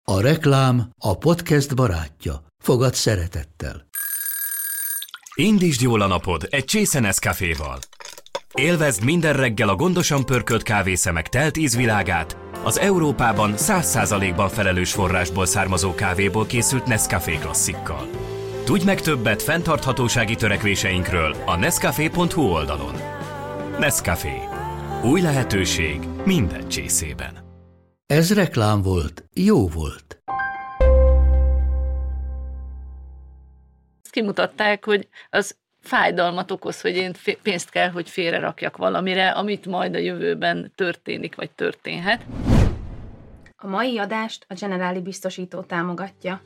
A reklám a podcast barátja. Fogad szeretettel. Indítsd jól a napod egy csésze Nescaféval. Élvezd minden reggel a gondosan pörkölt kávészemek telt ízvilágát, az Európában 100%-ban felelős forrásból származó kávéból készült Nescafé klasszikkal. Tudj meg többet fenntarthatósági törekvéseinkről a nescafé.hu oldalon. Nescafé. Új lehetőség minden csészében. Ez reklám volt, jó volt. Kimutatták, hogy az fájdalmat okoz, hogy én pénzt kell, hogy félrerakjak valamire, amit majd a jövőben történik, vagy történhet. A mai adást a Generali biztosító támogatja.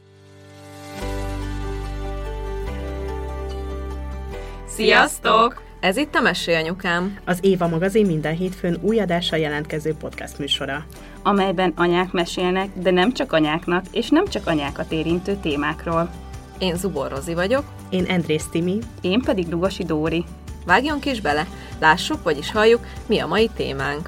Sziasztok! Ez itt a Mesélyanyukám. Az Éva magazin minden hétfőn új adással jelentkező podcast műsora, amelyben anyák mesélnek, de nem csak anyáknak, és nem csak anyákat érintő témákról. Én Zubor Rozi vagyok. Én Endrész Timi. Én pedig Lugosi Dóri. Vágjunk is bele, lássuk, vagyis halljuk, mi a mai témánk.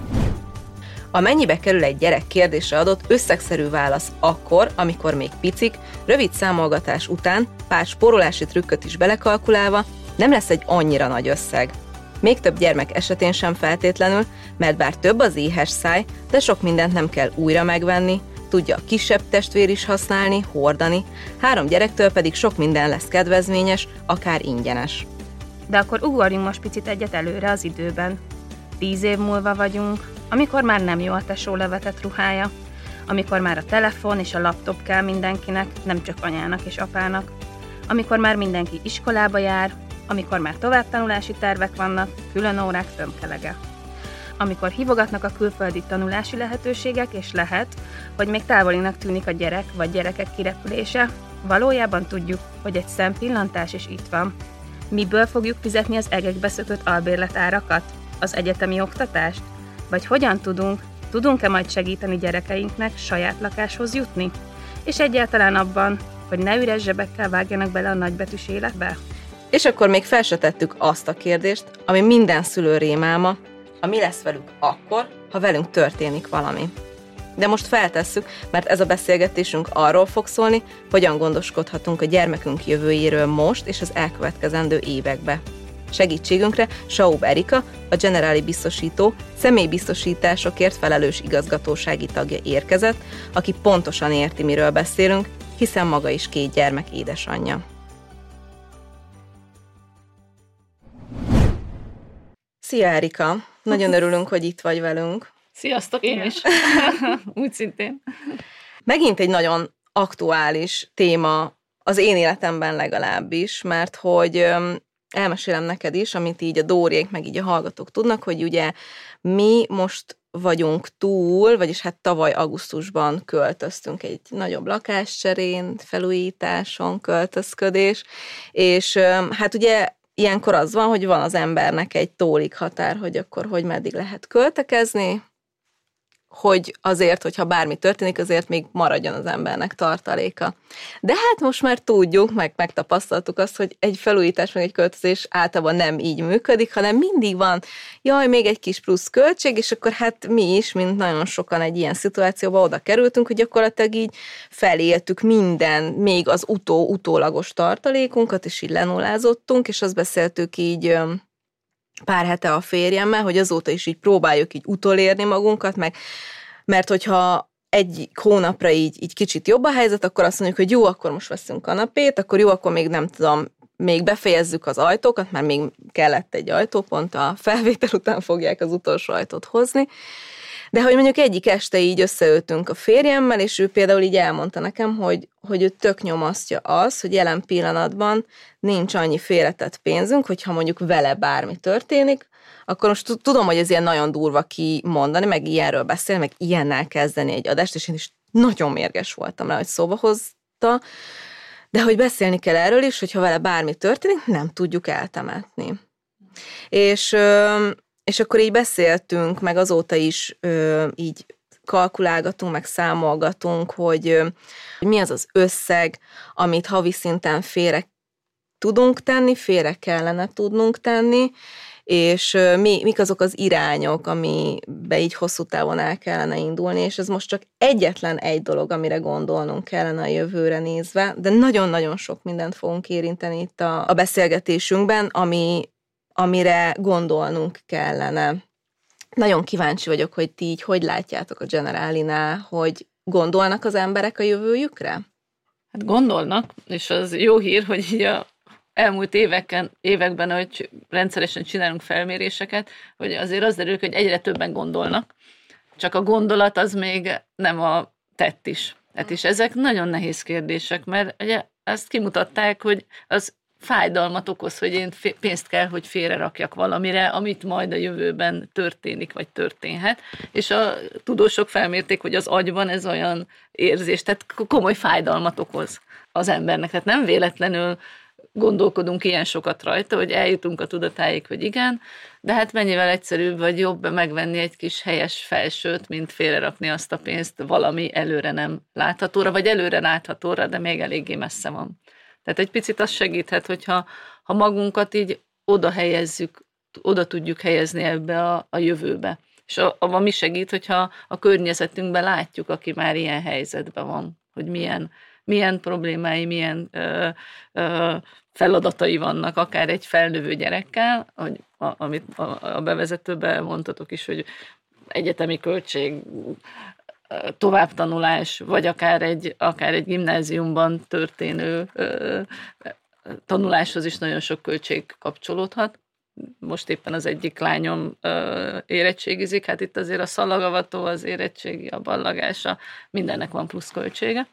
A mennyibe kerül egy gyerek kérdésre adott összegszerű válasz akkor, amikor még picik, rövid számolgatás után, pár spórolási trükköt is belekalkulálva, nem lesz egy annyira nagy összeg. Még több gyermek esetén sem feltétlenül, mert bár több az éhes száj, de sok mindent nem kell újra megvenni, tudja a kisebb testvér is használni, hordani, 3 gyerektől pedig sok minden lesz kedvezményes, akár ingyenes. De akkor ugorjunk most picit egyet előre az időben. 10 év múlva vagyunk, amikor már nem jó a tesó levetett ruhája, amikor már a telefon és a laptop kell mindenkinek, nem csak anyának és apának, amikor már mindenki iskolába jár, amikor már továbbtanulási tervek vannak, külön órák tömkelege. Amikor hívogatnak a külföldi tanulási lehetőségek, és lehet, hogy még távolinak tűnik a gyerek vagy gyerekek kirepülése, valójában tudjuk, hogy egy szempillantás is itt van. Miből fogjuk fizetni az egekbe szökött albérletárakat? Az egyetemi oktatást? Vagy hogyan tudunk-e majd segíteni gyerekeinknek saját lakáshoz jutni? És egyáltalán abban, hogy ne üres zsebekkel vágjanak bele a nagybetűs életbe? És akkor még fel se tettük azt a kérdést, ami minden szülő rémálma, mi lesz velük akkor, ha velünk történik valami. De most feltesszük, mert ez a beszélgetésünk arról fog szólni, hogyan gondoskodhatunk a gyermekünk jövőjéről most és az elkövetkezendő évekbe. Segítségünkre Saub Erika, a Generali biztosító személybiztosításokért felelős igazgatósági tagja érkezett, aki pontosan érti, miről beszélünk, hiszen maga is 2 gyermek édesanyja. Szia Erika! Nagyon örülünk, hogy itt vagy velünk. Sziasztok, én is. Úgy szintén. Megint egy nagyon aktuális téma az én életemben legalábbis, mert hogy elmesélem neked is, amit így a Dóriék, meg így a hallgatók tudnak, hogy ugye mi most vagyunk túl, vagyis hát tavaly augusztusban költöztünk egy nagyobb lakáscserén, felújításon, költözködés, és hát ugye ilyenkor az van, hogy van az embernek egy tólig határ, hogy akkor hogy meddig lehet költekezni, hogy azért, hogyha bármi történik, azért még maradjon az embernek tartaléka. De hát most már tudjuk, megtapasztaltuk azt, hogy egy felújítás, meg egy költözés általában nem így működik, hanem mindig van, még egy kis plusz költség, és akkor hát mi is, mint nagyon sokan egy ilyen szituációba oda kerültünk, hogy gyakorlatilag így feléltük minden, még az utólagos tartalékunkat, és így lenullázottunk, és azt beszéltük így pár hete a férjemmel, hogy azóta is így próbáljuk így utolérni magunkat, mert hogyha egy hónapra így kicsit jobb a helyzet, akkor azt mondjuk, hogy jó, akkor most veszünk kanapét, akkor jó, akkor még nem tudom, még befejezzük az ajtókat, mert még kellett egy ajtó, pont a felvétel után fogják az utolsó ajtót hozni. De hogy mondjuk egyik este így összeültünk a férjemmel, és ő például így elmondta nekem, hogy ő tök nyomasztja az, hogy jelen pillanatban nincs annyi félretett pénzünk, hogyha mondjuk vele bármi történik, akkor most tudom, hogy ez ilyen nagyon durva kimondani, meg ilyenről beszélni, meg ilyennel kezdeni egy adást, és én is nagyon mérges voltam rá, hogy szóba hozta, de hogy beszélni kell erről is, hogyha vele bármi történik, nem tudjuk eltemetni. És akkor így beszéltünk, meg azóta is így kalkulálgatunk, meg számolgatunk, hogy mi az az összeg, amit havi szinten félre tudunk tenni, félre kellene tudnunk tenni, és mik azok az irányok, amibe így hosszú távon el kellene indulni, és ez most csak egyetlen egy dolog, amire gondolnunk kellene a jövőre nézve, de nagyon-nagyon sok mindent fogunk érinteni itt a beszélgetésünkben, amire gondolnunk kellene. Nagyon kíváncsi vagyok, hogy ti így hogy látjátok a Generalinál, hogy gondolnak az emberek a jövőjükre? Hát gondolnak, és az jó hír, hogy így a elmúlt években, hogy rendszeresen csinálunk felméréseket, hogy azért az derül, hogy egyre többen gondolnak, csak a gondolat az még nem a tett is. Hát és ezek nagyon nehéz kérdések, mert ugye azt kimutatták, hogy az fájdalmat okoz, hogy én pénzt kell, hogy félrerakjak valamire, amit majd a jövőben történik, vagy történhet. És a tudósok felmérték, hogy az agyban ez olyan érzés, tehát komoly fájdalmat okoz az embernek. Tehát nem véletlenül gondolkodunk ilyen sokat rajta, hogy eljutunk a tudatáig, hogy igen, de hát mennyivel egyszerűbb vagy jobb megvenni egy kis helyes felsőt, mint félrerakni azt a pénzt valami előre nem láthatóra, vagy előre láthatóra, de még eléggé messze van. Tehát egy picit az segíthet, hogyha magunkat így oda helyezzük, oda tudjuk helyezni ebbe a jövőbe. És abban mi segít, hogyha a környezetünkben látjuk, aki már ilyen helyzetben van, hogy milyen problémái, milyen feladatai vannak, akár egy felnövő gyerekkel, amit a bevezetőben mondtatok is, hogy egyetemi költség, továbbtanulás, vagy akár egy gimnáziumban történő tanuláshoz is nagyon sok költség kapcsolódhat. Most éppen az egyik lányom érettségizik, hát itt azért a szalagavató, az érettségi, a ballagása, mindennek van plusz költsége.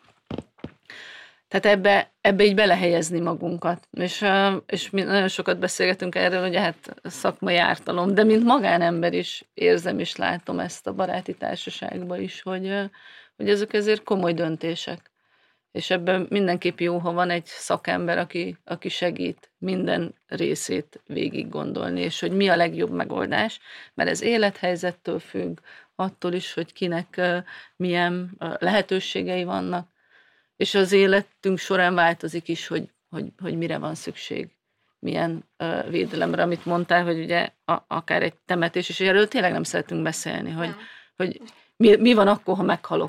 Tehát ebbe így belehelyezni magunkat. És mi nagyon sokat beszélgetünk erről, hogy hát szakmai ártalom, de mint magánember is érzem és látom ezt a baráti társaságban is, hogy ezek ezért komoly döntések. És ebben mindenképp jó, ha van egy szakember, aki segít minden részét végig gondolni, és hogy mi a legjobb megoldás, mert ez élethelyzettől függ, attól is, hogy kinek milyen lehetőségei vannak, és az életünk során változik is, hogy mire van szükség, milyen védelemre, amit mondtál, hogy ugye akár egy temetés, és erről tényleg nem szeretünk beszélni, hogy mi van akkor, ha meghalok.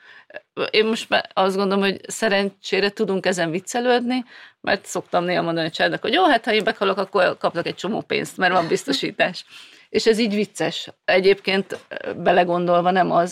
Én most már azt gondolom, hogy szerencsére tudunk ezen viccelődni, mert szoktam néha mondani a családnak, hogy jó, hát ha én meghalok, akkor kapnak egy csomó pénzt, mert van biztosítás. És ez így vicces. Egyébként belegondolva nem az,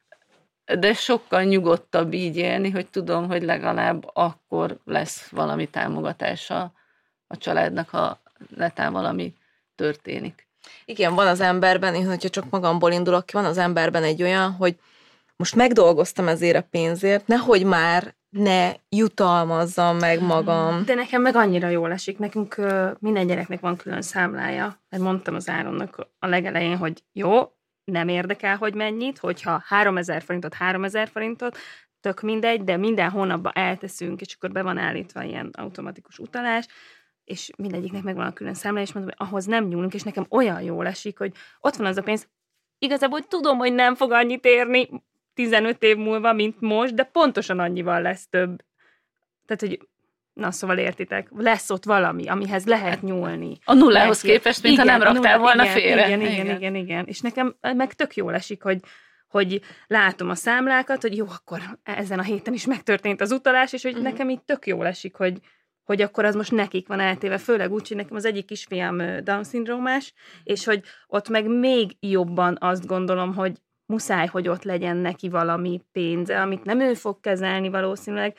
de sokkal nyugodtabb így élni, hogy tudom, hogy legalább akkor lesz valami támogatása a családnak, ha netán valami történik. Igen, van az emberben, én, hogyha csak magamból indulok ki, van az emberben egy olyan, hogy most megdolgoztam ezért a pénzért, nehogy már ne jutalmazzam meg magam. De nekem meg annyira jól esik. Nekünk minden gyereknek van külön számlája. Mert mondtam az Áronnak a legelején, hogy jó, nem érdekel, hogy mennyit, hogyha 3000 forintot, tök mindegy, de minden hónapban elteszünk, és akkor be van állítva ilyen automatikus utalás, és mindegyiknek megvan a külön számla, és mondom, hogy ahhoz nem nyúlunk, és nekem olyan jól esik, hogy ott van az a pénz, igazából tudom, hogy nem fog annyit érni 15 év múlva, mint most, de pontosan annyival lesz több. Tehát, hogy na, szóval értitek, lesz ott valami, amihez lehet nyúlni. A nullához képest, mintha nem raktál volna félre. Igen. És nekem meg tök jól esik, hogy látom a számlákat, hogy jó, akkor ezen a héten is megtörtént az utalás, és hogy nekem így tök jól esik, hogy akkor az most nekik van eltéve, főleg úgy, hogy nekem az egyik kisfiam Down-szindrómás, és hogy ott meg még jobban azt gondolom, hogy muszáj, hogy ott legyen neki valami pénze, amit nem ő fog kezelni valószínűleg,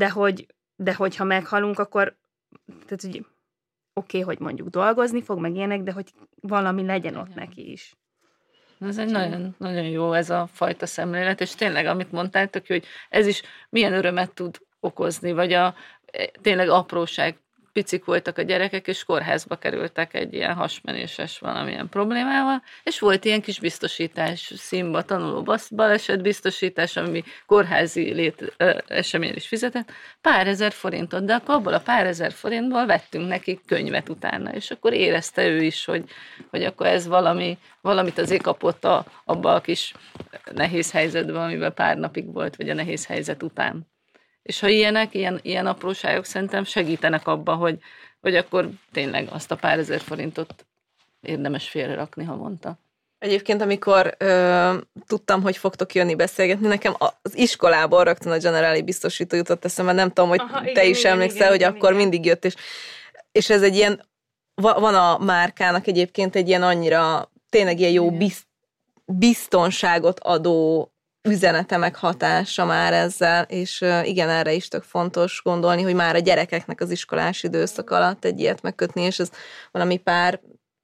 de hogyha meghalunk, akkor tehát, hogy oké, hogy mondjuk dolgozni fog, meg ilyenek, de hogy valami legyen ott neki is. Ez egy nagyon, nagyon jó ez a fajta szemlélet, és tényleg, amit mondtátok, hogy ez is milyen örömet tud okozni, vagy tényleg apróság, picik voltak a gyerekek, és kórházba kerültek egy ilyen hasmenéses valamilyen problémával, és volt ilyen kis biztosítás, színba tanuló balesetbiztosítás, ami kórházi esemény is fizetett, pár ezer forintot, de akkor abból a pár ezer forintból vettünk neki könyvet utána, és akkor érezte ő is, hogy akkor ez valamit azért kapott abba a kis nehéz helyzetben, amiben pár napig volt, vagy a nehéz helyzet után. És ha ilyen apróságok szerintem segítenek abba, hogy akkor tényleg azt a pár ezer forintot érdemes félrerakni havonta. Egyébként, amikor tudtam, hogy fogtok jönni beszélgetni, nekem az iskolából rögtön a Generali biztosító jutott eszembe, nem tudom, hogy te is emlékszel, hogy akkor mindig jött, és ez egy ilyen, van a márkának egyébként egy ilyen annyira, tényleg ilyen jó biztonságot adó üzenete meg hatása már ezzel, és igen, erre is tök fontos gondolni, hogy már a gyerekeknek az iskolás időszak alatt egy ilyet megkötni, és ez valami pár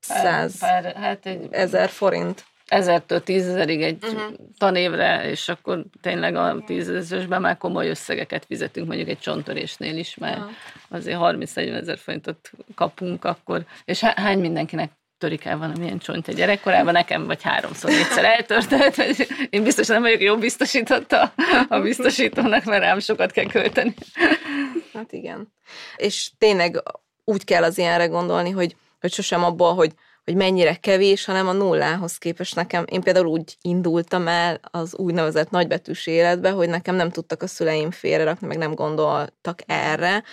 ezer forint. 1000-től 10.000-ig egy tanévre, és akkor tényleg a 10 000-esben már komoly összegeket fizetünk, mondjuk egy csonttörésnél is, mert azért 30-40 ezer forintot kapunk akkor, és hány mindenkinek törik el valamilyen csontja gyerekkorában, nekem vagy 3-4-szer eltört, én biztos nem vagyok jó biztosította a biztosítónak, mert rám sokat kell költeni. Hát igen. És tényleg úgy kell az ilyenre gondolni, hogy sosem abból, hogy mennyire kevés, hanem a nullához képest nekem. Én például úgy indultam el az úgynevezett nagybetűs életbe, hogy nekem nem tudtak a szüleim félrerakni, meg nem gondoltak erre.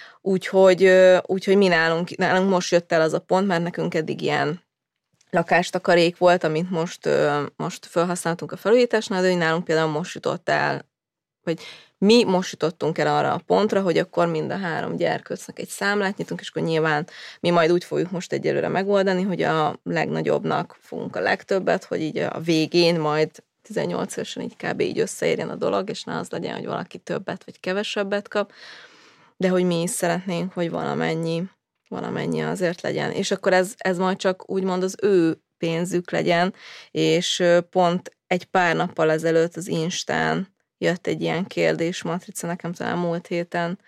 Úgyhogy mi nálunk most jött el az a pont, mert nekünk eddig ilyen lakástakarék volt, amit most felhasználtunk a felújításnál, de nálunk például most jutott el, vagy mi most jutottunk el arra a pontra, hogy akkor mind a 3 gyerkőcnek egy számlát nyitunk, és akkor nyilván mi majd úgy fogjuk most egyelőre megoldani, hogy a legnagyobbnak fogunk a legtöbbet, hogy így a végén majd 18 évesen így kb. Így összeérjen a dolog, és ne az legyen, hogy valaki többet vagy kevesebbet kap, de hogy mi is szeretnénk, hogy valamennyi azért legyen. És akkor ez majd csak úgymond az ő pénzük legyen, és pont egy pár nappal ezelőtt az Instán jött egy ilyen kérdésmatrica nekem talán múlt héten,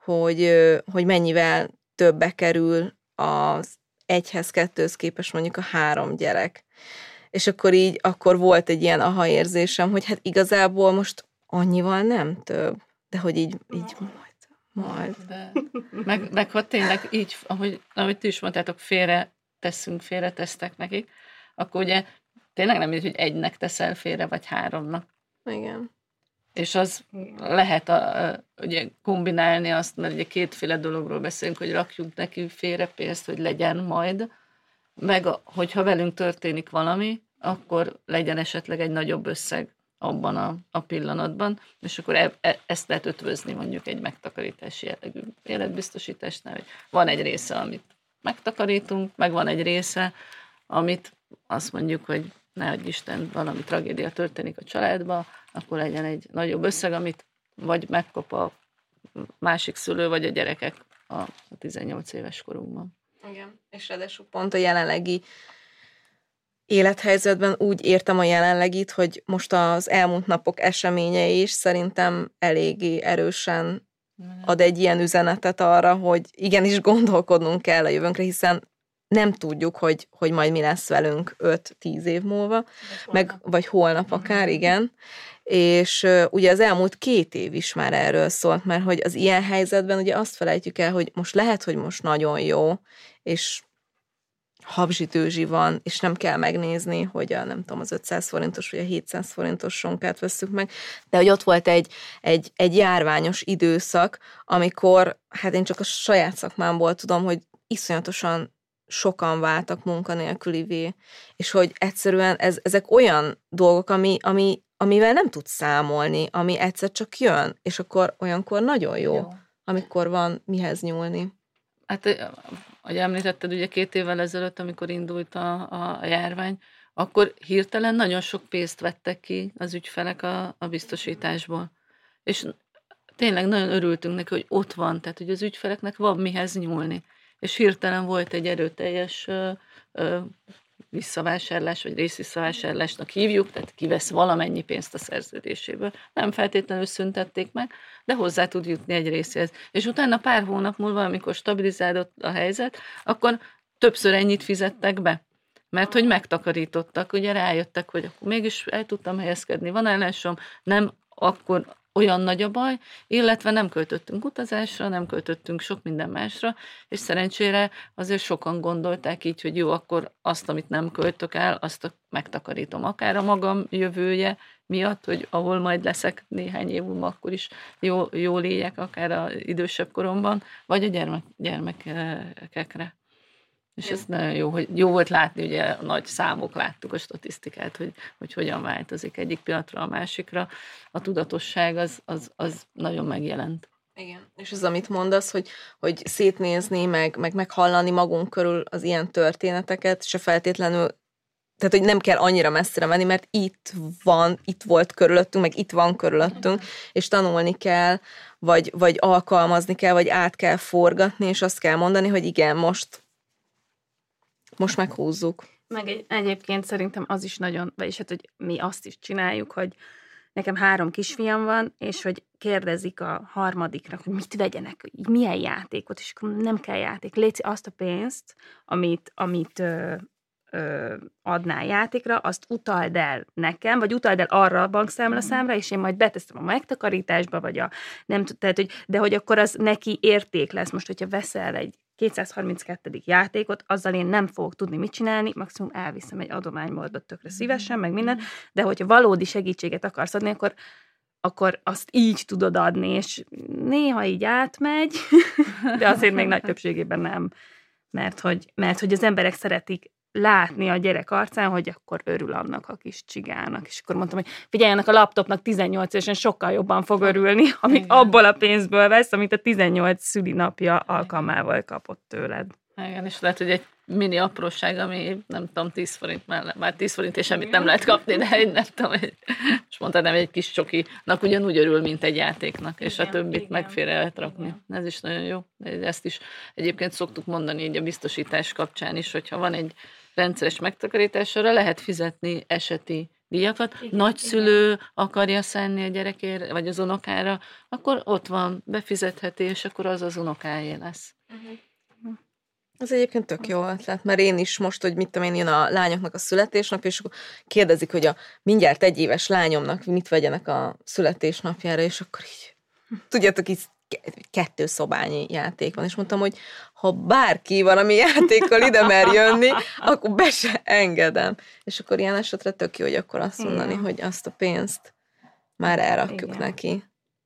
hogy mennyivel többe kerül az 1-2-höz képest mondjuk a 3 gyerek. És akkor volt egy ilyen aha érzésem, hogy hát igazából most annyival nem több, de hogy így majd. De, meg ha tényleg így, ahogy ti is mondtátok, félretesztek nekik, akkor ugye tényleg nem így, hogy 1-nek teszel félre, vagy 3-nak. Igen. És az lehet ugye kombinálni azt, mert ugye 2 dologról beszélünk, hogy rakjunk neki félre pénzt, hogy legyen majd, meg hogyha velünk történik valami, akkor legyen esetleg egy nagyobb összeg abban a pillanatban, és akkor ezt lehet ötvözni mondjuk egy megtakarítási jellegű életbiztosításnál, hogy van egy része, amit megtakarítunk, meg van egy része, amit azt mondjuk, hogy ne adj Isten, valami tragédia történik a családba, akkor legyen egy nagyobb összeg, amit vagy megkap a másik szülő, vagy a gyerekek a 18 éves korunkban. Igen, és ráadásul pont a jelenlegi élethelyzetben úgy értem a jelenlegit, hogy most az elmúlt napok eseményei is szerintem eléggé erősen ad egy ilyen üzenetet arra, hogy igenis gondolkodnunk kell a jövőnkre, hiszen nem tudjuk, hogy majd mi lesz velünk 5-10 év múlva, vagy holnap akár, igen. És ugye az elmúlt 2 év is már erről szólt, mert hogy az ilyen helyzetben ugye azt felejtjük el, hogy most lehet, hogy most nagyon jó, és habzsi-tőzsi van, és nem kell megnézni, hogy nem tudom, az 500 forintos vagy a 700 forintos sonkát vesszük meg, de hogy ott volt egy járványos időszak, amikor, hát én csak a saját szakmámból tudom, hogy iszonyatosan sokan váltak munkanélkülivé, és hogy egyszerűen ezek olyan dolgok, amivel nem tudsz számolni, ami egyszer csak jön, és akkor olyankor nagyon jó. Amikor van mihez nyúlni. Hát, ahogy említetted, ugye 2 évvel ezelőtt, amikor indult a járvány, akkor hirtelen nagyon sok pénzt vettek ki az ügyfelek a biztosításból. És tényleg nagyon örültünk neki, hogy ott van, tehát hogy az ügyfeleknek van mihez nyúlni. És hirtelen volt egy erőteljes visszavásárlás, vagy részvisszavásárlásnak hívjuk, tehát kivesz valamennyi pénzt a szerződéséből. Nem feltétlenül szüntették meg, de hozzá tud jutni egy részéhez. És utána pár hónap múlva, amikor stabilizálódott a helyzet, akkor többször ennyit fizettek be. Mert hogy megtakarítottak, ugye rájöttek, hogy akkor mégis el tudtam helyezkedni, van állásom, nem akkor olyan nagy a baj, illetve nem költöttünk utazásra, nem költöttünk sok minden másra, és szerencsére azért sokan gondolták így, hogy jó, akkor azt, amit nem költök el, azt megtakarítom akár a magam jövője miatt, hogy ahol majd leszek néhány év múlva, akkor is jól éljek, akár az idősebb koromban, vagy a gyermekekre. És ez nagyon jó volt látni, ugye a nagy számok, láttuk a statisztikát, hogy hogyan változik egyik pillanatra a másikra. A tudatosság az nagyon megjelent. Igen, és az, amit mondasz, hogy szétnézni, meg meghallani magunk körül az ilyen történeteket, se feltétlenül, tehát, hogy nem kell annyira messzire menni, mert itt volt körülöttünk, meg itt van körülöttünk, és tanulni kell, vagy alkalmazni kell, vagy át kell forgatni, és azt kell mondani, hogy igen, most meghúzzuk. Meg egyébként szerintem az is nagyon, vagyis hát, hogy mi azt is csináljuk, hogy nekem 3 kisfiam van, és hogy kérdezik a harmadiknak, hogy mit vegyenek, milyen játékot, és akkor nem kell játék. Léci azt a pénzt, amit adnál játékra, azt utald el nekem, vagy utald el arra a bankszámlaszámra, és én majd beteszem a megtakarításba, vagy nem tudom, tehát, de hogy akkor az neki érték lesz. Most, hogyha veszel egy 232. játékot, azzal én nem fogok tudni mit csinálni, maximum elviszem egy adományboltba tökre szívesen, meg minden, de hogyha valódi segítséget akarsz adni, akkor azt így tudod adni, és néha így átmegy, de azért még nagy többségében nem. Mert hogy az emberek szeretik látni a gyerek arcán, hogy akkor örül annak a kis csigának. És akkor mondtam, hogy figyelj, annak a laptopnak 18 évesen sokkal jobban fog örülni, amit abból a pénzből vesz, amit a 18 szülinapja alkalmával kapott tőled. Igen, és lehet, hogy egy mini apróság, ami nem tudom, 10 forint mellett, már 10 forint és semmit nem lehet kapni, de nem tudom, most mondtad, nem egy kis csokinak ugyanúgy örül, mint egy játéknak, és a többit meg félre lehet rakni. Igen. Ez is nagyon jó. Ezt is egyébként szoktuk mondani így a biztosítás kapcsán is, hogyha van egy rendszeres megtakarításra, lehet fizetni eseti díjakat. Nagyszülő akarja szánni a gyerekére, vagy az unokára, akkor ott van, befizetheti, és akkor az unokáé lesz. Ez egyébként tök jó ötlet, mert én is most, hogy mit tudom én, jön a lányoknak a születésnapja, és akkor kérdezik, hogy a mindjárt 1 éves lányomnak mit vegyenek a születésnapjára, és akkor így, tudjátok, így 2 szobányi játék van, és mondtam, hogy ha bárki valami játékkal ide mer jönni, akkor be se engedem. És akkor ilyen esetre tök jó, hogy akkor azt mondani, hogy azt a pénzt már elrakjuk neki.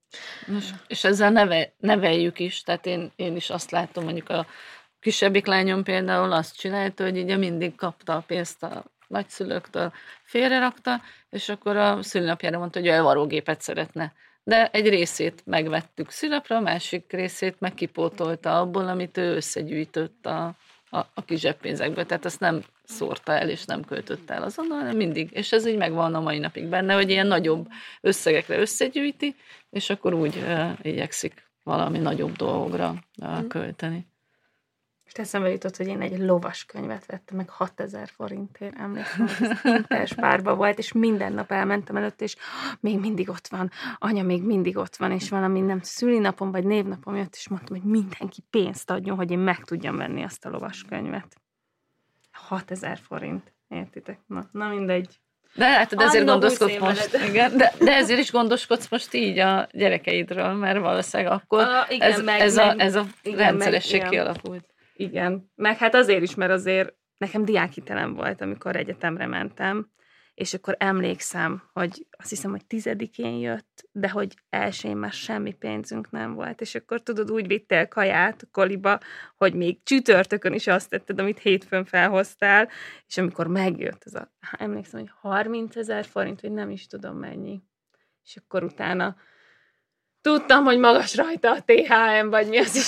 És ezzel neveljük is, tehát én is azt látom, mondjuk a kisebbik lányom például azt csinálta, hogy ugye mindig kapta a pénzt a nagyszülőktől, félrerakta, és akkor a szülinapjára mondta, hogy elvarógépet szeretne. De egy részét megvettük szülapra, a másik részét meg kipótolta abból, amit ő összegyűjtött a kis zseppénzekből. Tehát azt nem szórta el, és nem költötte el azonnal, hanem mindig. És ez így megvan a mai napig benne, hogy ilyen nagyobb összegekre összegyűjti, és akkor úgy igyekszik valami nagyobb dolgogra költeni. És eszembe jutott, hogy én egy lovas könyvet vettem, meg 6000 forintért, emlékszem, hogy ez Interspárban volt, és minden nap elmentem előtt, és még mindig ott van, anya még mindig ott van, és valami nem szülinapom vagy névnapom jött, és mondtam, hogy mindenki pénzt adjon, hogy én meg tudjam venni azt a lovas könyvet. 6000 forint, értitek? Na mindegy. De látod, ezért gondoskodsz most. Igen, de ezért is gondoskodsz most így a gyerekeidről, mert valószínűleg akkor ez a rendszeresség kialakult. Igen, meg hát azért is, mert azért nekem diákhitelem volt, amikor egyetemre mentem, és akkor emlékszem, hogy azt hiszem, hogy 10-én jött, de hogy elsőn már semmi pénzünk nem volt, és akkor tudod, úgy vittél kaját a koliba, hogy még csütörtökön is azt tetted, amit hétfőn felhoztál, és amikor megjött ez emlékszem, hogy 30 000 forint, vagy nem is tudom mennyi, és akkor utána tudtam, hogy magas rajta a THM, vagy mi az is.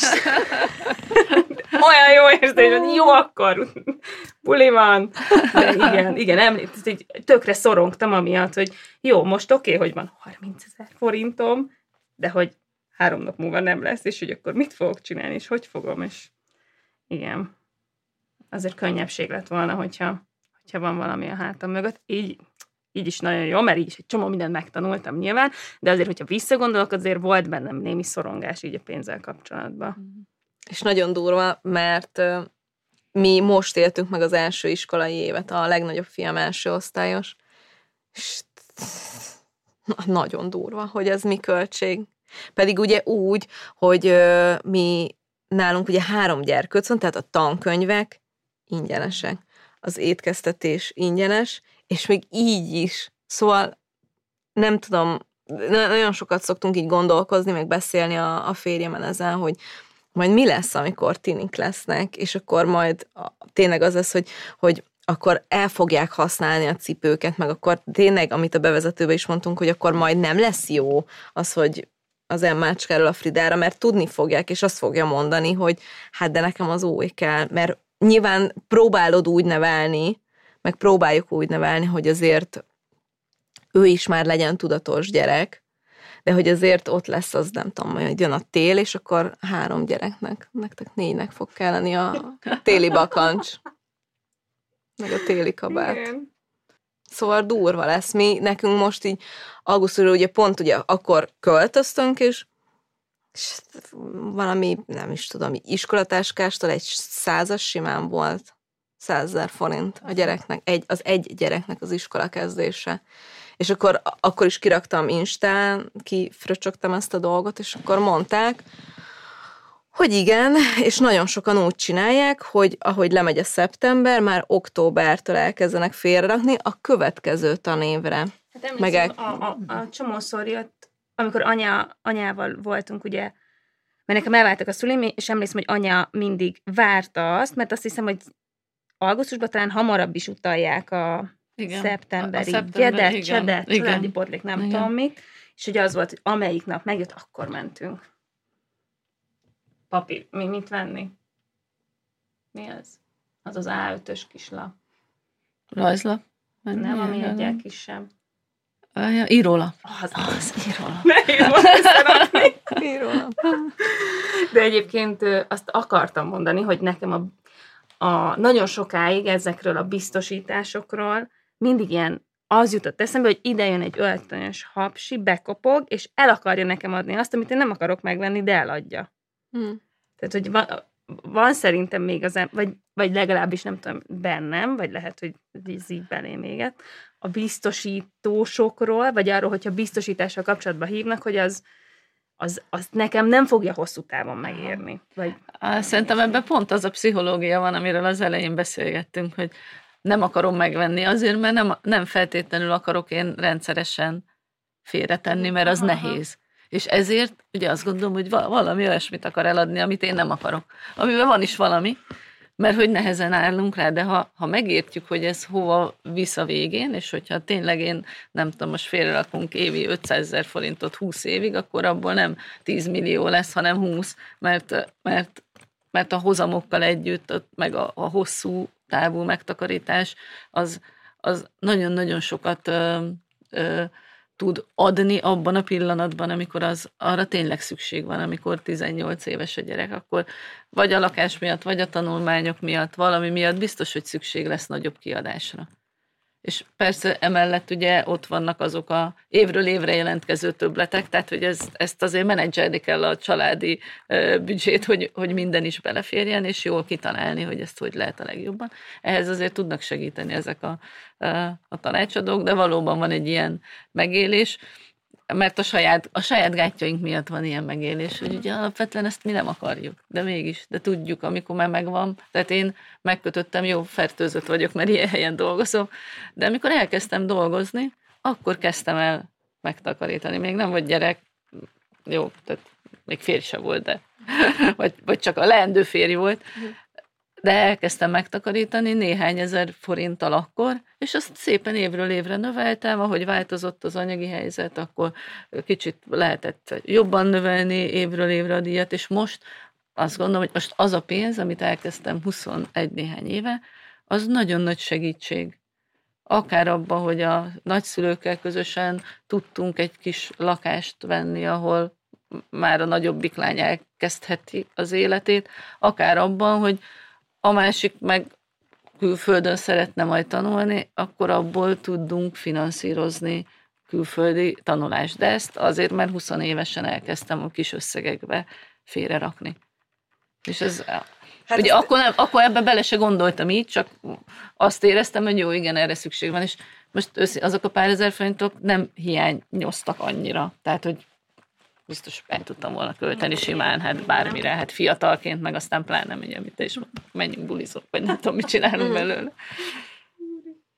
Olyan jó érzés, hogy jó, akkor buli van. De igen, emlékszem, hogy tökre szorongtam amiatt, hogy jó, most oké, hogy van 30 000 forintom, de hogy 3 nap múlva nem lesz, és hogy akkor mit fogok csinálni, és hogy fogom, és igen. Azért könnyebbség lett volna, hogyha van valami a hátam mögött. Így is nagyon jó, mert így is egy csomó mindent megtanultam nyilván, de azért, hogyha visszagondolok, azért volt bennem némi szorongás így a pénzzel kapcsolatban. És nagyon durva, mert mi most éltünk meg az első iskolai évet, a legnagyobb fiam első osztályos, és nagyon durva, hogy ez mi költség. Pedig ugye úgy, hogy mi nálunk ugye 3 gyerkőc van, tehát a tankönyvek ingyenesek, az étkeztetés ingyenes, és még így is. Szóval nem tudom, nagyon sokat szoktunk így gondolkozni, meg beszélni a férjemen ezen, majd mi lesz, amikor tinik lesznek, és akkor majd tényleg az lesz, hogy akkor el fogják használni a cipőket, meg akkor tényleg, amit a bevezetőben is mondtunk, hogy akkor majd nem lesz jó az, hogy az Emmácskáról a Fridára, mert tudni fogják, és azt fogja mondani, hogy hát de nekem az új kell, mert nyilván próbálod úgy nevelni, meg próbáljuk úgy nevelni, hogy azért ő is már legyen tudatos gyerek, de hogy azért ott lesz az, nem tudom, hogy jön a tél, és akkor 3 gyereknek, nektek 4-nek fog kelleni a téli bakancs, meg a téli kabát. Igen. Szóval durva lesz. Mi nekünk most így augusztusra ugye pont ugye akkor költöztünk, és valami, nem is tudom, iskolatáskástól egy 100-as simán volt. 100 000 forint a gyereknek, az egy gyereknek az iskola kezdése. És akkor is kiraktam Instán, kifröcsögtem ezt a dolgot, és akkor mondták, hogy igen, és nagyon sokan úgy csinálják, hogy ahogy lemegy a szeptember, már októbertől elkezdenek félrerakni a következő tanévre. Hát emlékszem, a csomószor jött, amikor anyával voltunk, ugye, mert nekem elváltak a szüleim, és emlékszem, hogy anya mindig várta azt, mert azt hiszem, hogy augusztusban talán hamarabb is utalják a szeptemberi gedet, csedet, családi portlék, nem tudom mit, és hogy az volt, hogy amelyik nap megjött, akkor mentünk. Papír, mit venni? Mi az? Az az A5-ös kislap. Rajzlap? Nem, ami egyel kisebb. Írólap. Az írólap. Nehéz volt összerakni. Írólap. De egyébként azt akartam mondani, hogy nekem nagyon sokáig ezekről a biztosításokról mindig ilyen az jutott eszembe, hogy ide jön egy öltönyös hapsi, bekopog, és el akarja nekem adni azt, amit én nem akarok megvenni, de eladja. Tehát, hogy van szerintem még vagy legalábbis nem tudom, bennem, vagy lehet, hogy ez így belém éget, a biztosítósokról, vagy arról, hogyha biztosítással kapcsolatban hívnak, hogy az nekem nem fogja hosszú távon megérni. Vagy... Szerintem ebben pont az a pszichológia van, amiről az elején beszélgettünk, hogy nem akarom megvenni azért, mert nem feltétlenül akarok én rendszeresen félretenni, mert az nehéz. És ezért ugye azt gondolom, hogy valami olyasmit akar eladni, amit én nem akarok. Amiben van is valami, mert hogy nehezen állunk rá, de ha megértjük, hogy ez hova visz a végén, és hogyha tényleg én, nem tudom, most félrerakunk évi 500 000 forintot 20 évig, akkor abból nem 10 millió lesz, hanem 20, mert a hozamokkal együtt, meg a hosszú távú megtakarítás, az nagyon-nagyon sokat tud adni abban a pillanatban, amikor arra tényleg szükség van, amikor 18 éves a gyerek, akkor vagy a lakás miatt, vagy a tanulmányok miatt, valami miatt biztos, hogy szükség lesz nagyobb kiadásra. És persze emellett ugye ott vannak azok a évről évre jelentkező többletek, tehát hogy ezt azért menedzselni kell a családi büdzsét, hogy minden is beleférjen, és jól kitalálni, hogy ezt hogy lehet a legjobban. Ehhez azért tudnak segíteni ezek a tanácsadók, de valóban van egy ilyen megélés, mert a saját gátjaink miatt van ilyen megélés, hogy ugye alapvetően ezt mi nem akarjuk, de tudjuk, amikor már megvan. Tehát én megkötöttem, jó, fertőzött vagyok, mert ilyen helyen dolgozom, de amikor elkezdtem dolgozni, akkor kezdtem el megtakarítani. Még nem volt gyerek, jó, tehát még férj se volt, de vagy csak a leendő férj volt, de elkezdtem megtakarítani néhány ezer forinttal akkor, és azt szépen évről évre növeltem, ahogy változott az anyagi helyzet, akkor kicsit lehetett jobban növelni évről évre a díjat, és most azt gondolom, hogy most az a pénz, amit elkezdtem 21 néhány éve, az nagyon nagy segítség. Akár abban, hogy a nagyszülőkkel közösen tudtunk egy kis lakást venni, ahol már a nagyobbik lány elkezdheti az életét, akár abban, hogy a másik meg külföldön szeretne majd tanulni, akkor abból tudunk finanszírozni külföldi tanulást. De ezt azért, mert 20 évesen elkezdtem a kis összegekbe félrerakni. És ez... Hát ugye akkor ebbe bele se gondoltam így, csak azt éreztem, hogy jó, igen, erre szükség van, és most azok a pár ezer forintok nem hiányoztak annyira. Tehát, hogy biztos el tudtam volna költeni simán, hát bármire, hát fiatalként, meg aztán pláne ugye, amit is menjünk bulizok, vagy nem tudom, mit csinálunk belőle.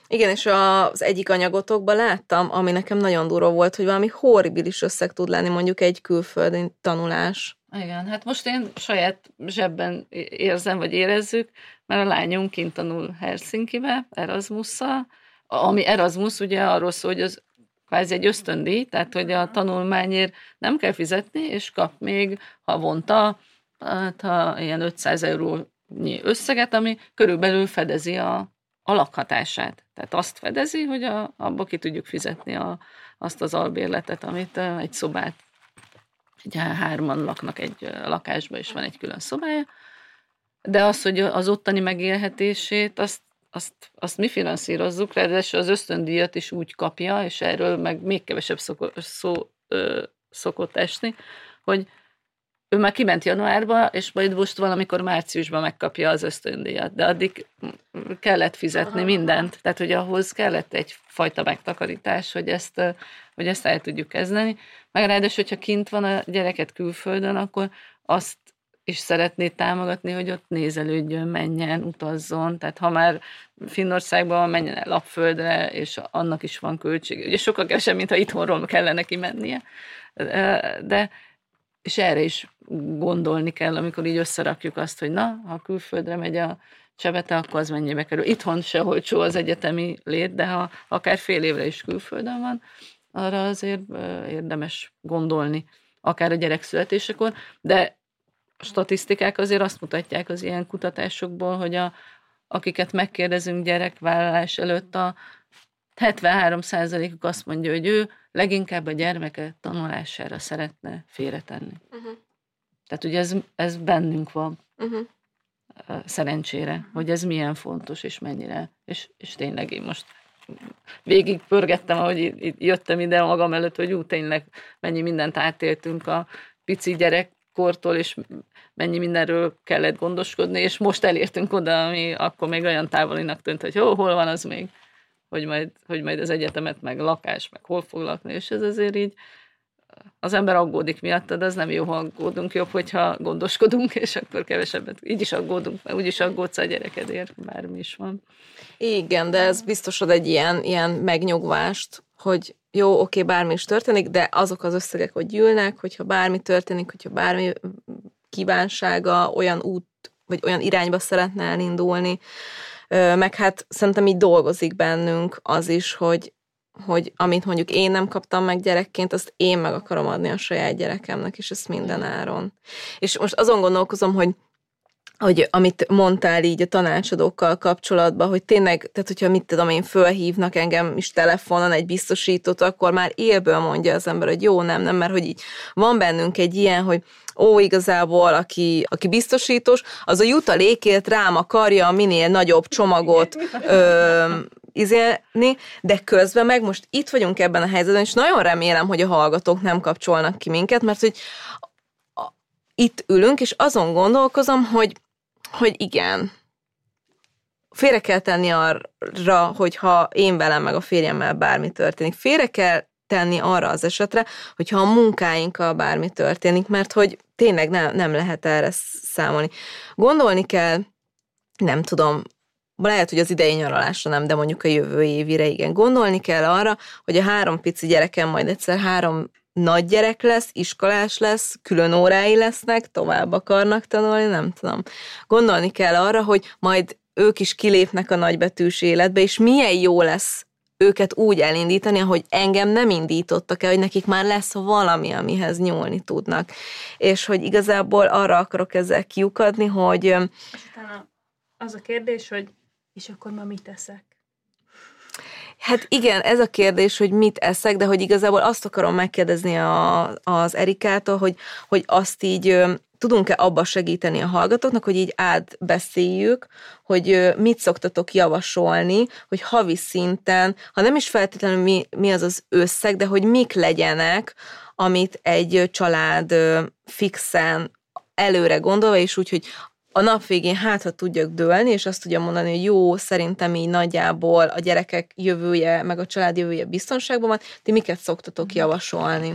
Igen, és az egyik anyagotokban láttam, ami nekem nagyon durva volt, hogy valami horribilis összeg tud lenni mondjuk egy külföldi tanulás. Igen, hát most én saját zsebben érzem, vagy érezzük, mert a lányunk kint tanul Helsinkibe, Erasmusszal, ami Erasmus ugye arról szól, hogy az kvázi egy ösztöndíj, tehát hogy a tanulmányért nem kell fizetni, és kap még havonta ilyen 500 eurónyi összeget, ami körülbelül fedezi a lakhatását. Tehát azt fedezi, hogy abba ki tudjuk fizetni azt az albérletet, amit egy szobát, ugye 3-an laknak egy lakásba, és van egy külön szobája, de az, hogy az ottani megélhetését, azt mi finanszírozzuk, ráadásul az ösztöndíjat is úgy kapja, és erről meg még kevesebb szó szokott esni, hogy ő már kiment januárba, és majd most valamikor márciusban megkapja az ösztöndíjat, de addig kellett fizetni mindent, tehát hogy ahhoz kellett egyfajta megtakarítás, hogy ezt el tudjuk kezdeni. Meg ráadásul, hogyha kint van a gyereket külföldön, akkor azt is szeretné támogatni, hogy ott nézelődjön, menjen, utazzon, tehát ha már Finnországban menjen el Lapföldre, és annak is van költsége. Ugye sokkal kevesebb, mintha itthonról kellene neki mennie, de és erre is gondolni kell, amikor így összerakjuk azt, hogy na, ha külföldre megy a Csebete, akkor az mennyibe kerül. Itthon se olcsó az egyetemi lét, de ha akár fél évre is külföldön van, arra azért érdemes gondolni, akár a gyerek születésekor, de a statisztikák azért azt mutatják az ilyen kutatásokból, hogy akiket megkérdezünk gyerekvállalás előtt, a 73%-uk azt mondja, hogy ő leginkább a gyermeke tanulására szeretne félretenni. Tehát ugye ez bennünk van, szerencsére, hogy ez milyen fontos, és mennyire, és tényleg én most végig pörgettem, ahogy jöttem ide magam előtt, hogy tényleg mennyi mindent átéltünk a pici gyerekkortól, és mennyi mindenről kellett gondoskodni, és most elértünk oda, ami akkor még olyan távolinak tűnt, hogy hol van az még, hogy majd az egyetemet, meg lakás, meg hol fog lakni, és ez azért így az ember aggódik miatta, de az nem jó, ha aggódunk, jobb, hogyha gondoskodunk, és akkor kevesebbet így is aggódunk, mert úgyis aggódsz a gyerekedért, bármi is van. Igen, de ez biztos ad egy ilyen megnyugvást, hogy jó, oké, bármi is történik, de azok az összegek, hogy gyűlnek, hogyha bármi történik, hogyha bármi kívánsága, olyan út, vagy olyan irányba szeretne elindulni, meg hát szerintem így dolgozik bennünk az is, hogy amit mondjuk én nem kaptam meg gyerekként, azt én meg akarom adni a saját gyerekemnek, és ezt minden áron. És most azon gondolkozom, hogy amit mondtál így a tanácsadókkal kapcsolatban, hogy tényleg, tehát hogyha mit tudom én, fölhívnak engem is telefonon egy biztosítót, akkor már élből mondja az ember, hogy jó, nem, mert hogy így van bennünk egy ilyen, hogy igazából, aki biztosítós, az a jutalékért rám akarja minél nagyobb csomagot izélni, de közben meg most itt vagyunk ebben a helyzetben, és nagyon remélem, hogy a hallgatók nem kapcsolnak ki minket, mert hogy itt ülünk, és azon gondolkozom, hogy igen, félre kell tenni arra, hogyha én velem meg a férjemmel bármi történik. Félre kell tenni arra az esetre, hogyha a munkáinkkal bármi történik, mert hogy tényleg nem lehet erre számolni. Gondolni kell, nem tudom, lehet, hogy az idei nyaralásra nem, de mondjuk a jövő évire, igen. Gondolni kell arra, hogy a 3 pici gyerekem majd egyszer 3 nagy gyerek lesz, iskolás lesz, külön órái lesznek, tovább akarnak tanulni, nem tudom. Gondolni kell arra, hogy majd ők is kilépnek a nagybetűs életbe, és milyen jó lesz őket úgy elindítani, ahogy engem nem indítottak el, hogy nekik már lesz valami, amihez nyúlni tudnak. És hogy igazából arra akarok ezzel kiukadni, hogy... És utána az a kérdés, hogy és akkor ma mit eszek? Hát igen, ez a kérdés, hogy mit eszek, de hogy igazából azt akarom megkérdezni az Erikától, hogy azt így tudunk-e abba segíteni a hallgatóknak, hogy így átbeszéljük, hogy mit szoktatok javasolni, hogy havi szinten, ha nem is feltétlenül mi az az összeg, de hogy mik legyenek, amit egy család fixen előre gondolva, és úgy, hogy a nap végén ha tudjak dőlni, és azt tudjam mondani, hogy jó, szerintem így nagyjából a gyerekek jövője, meg a család jövője biztonságban van, ti miket szoktatok javasolni?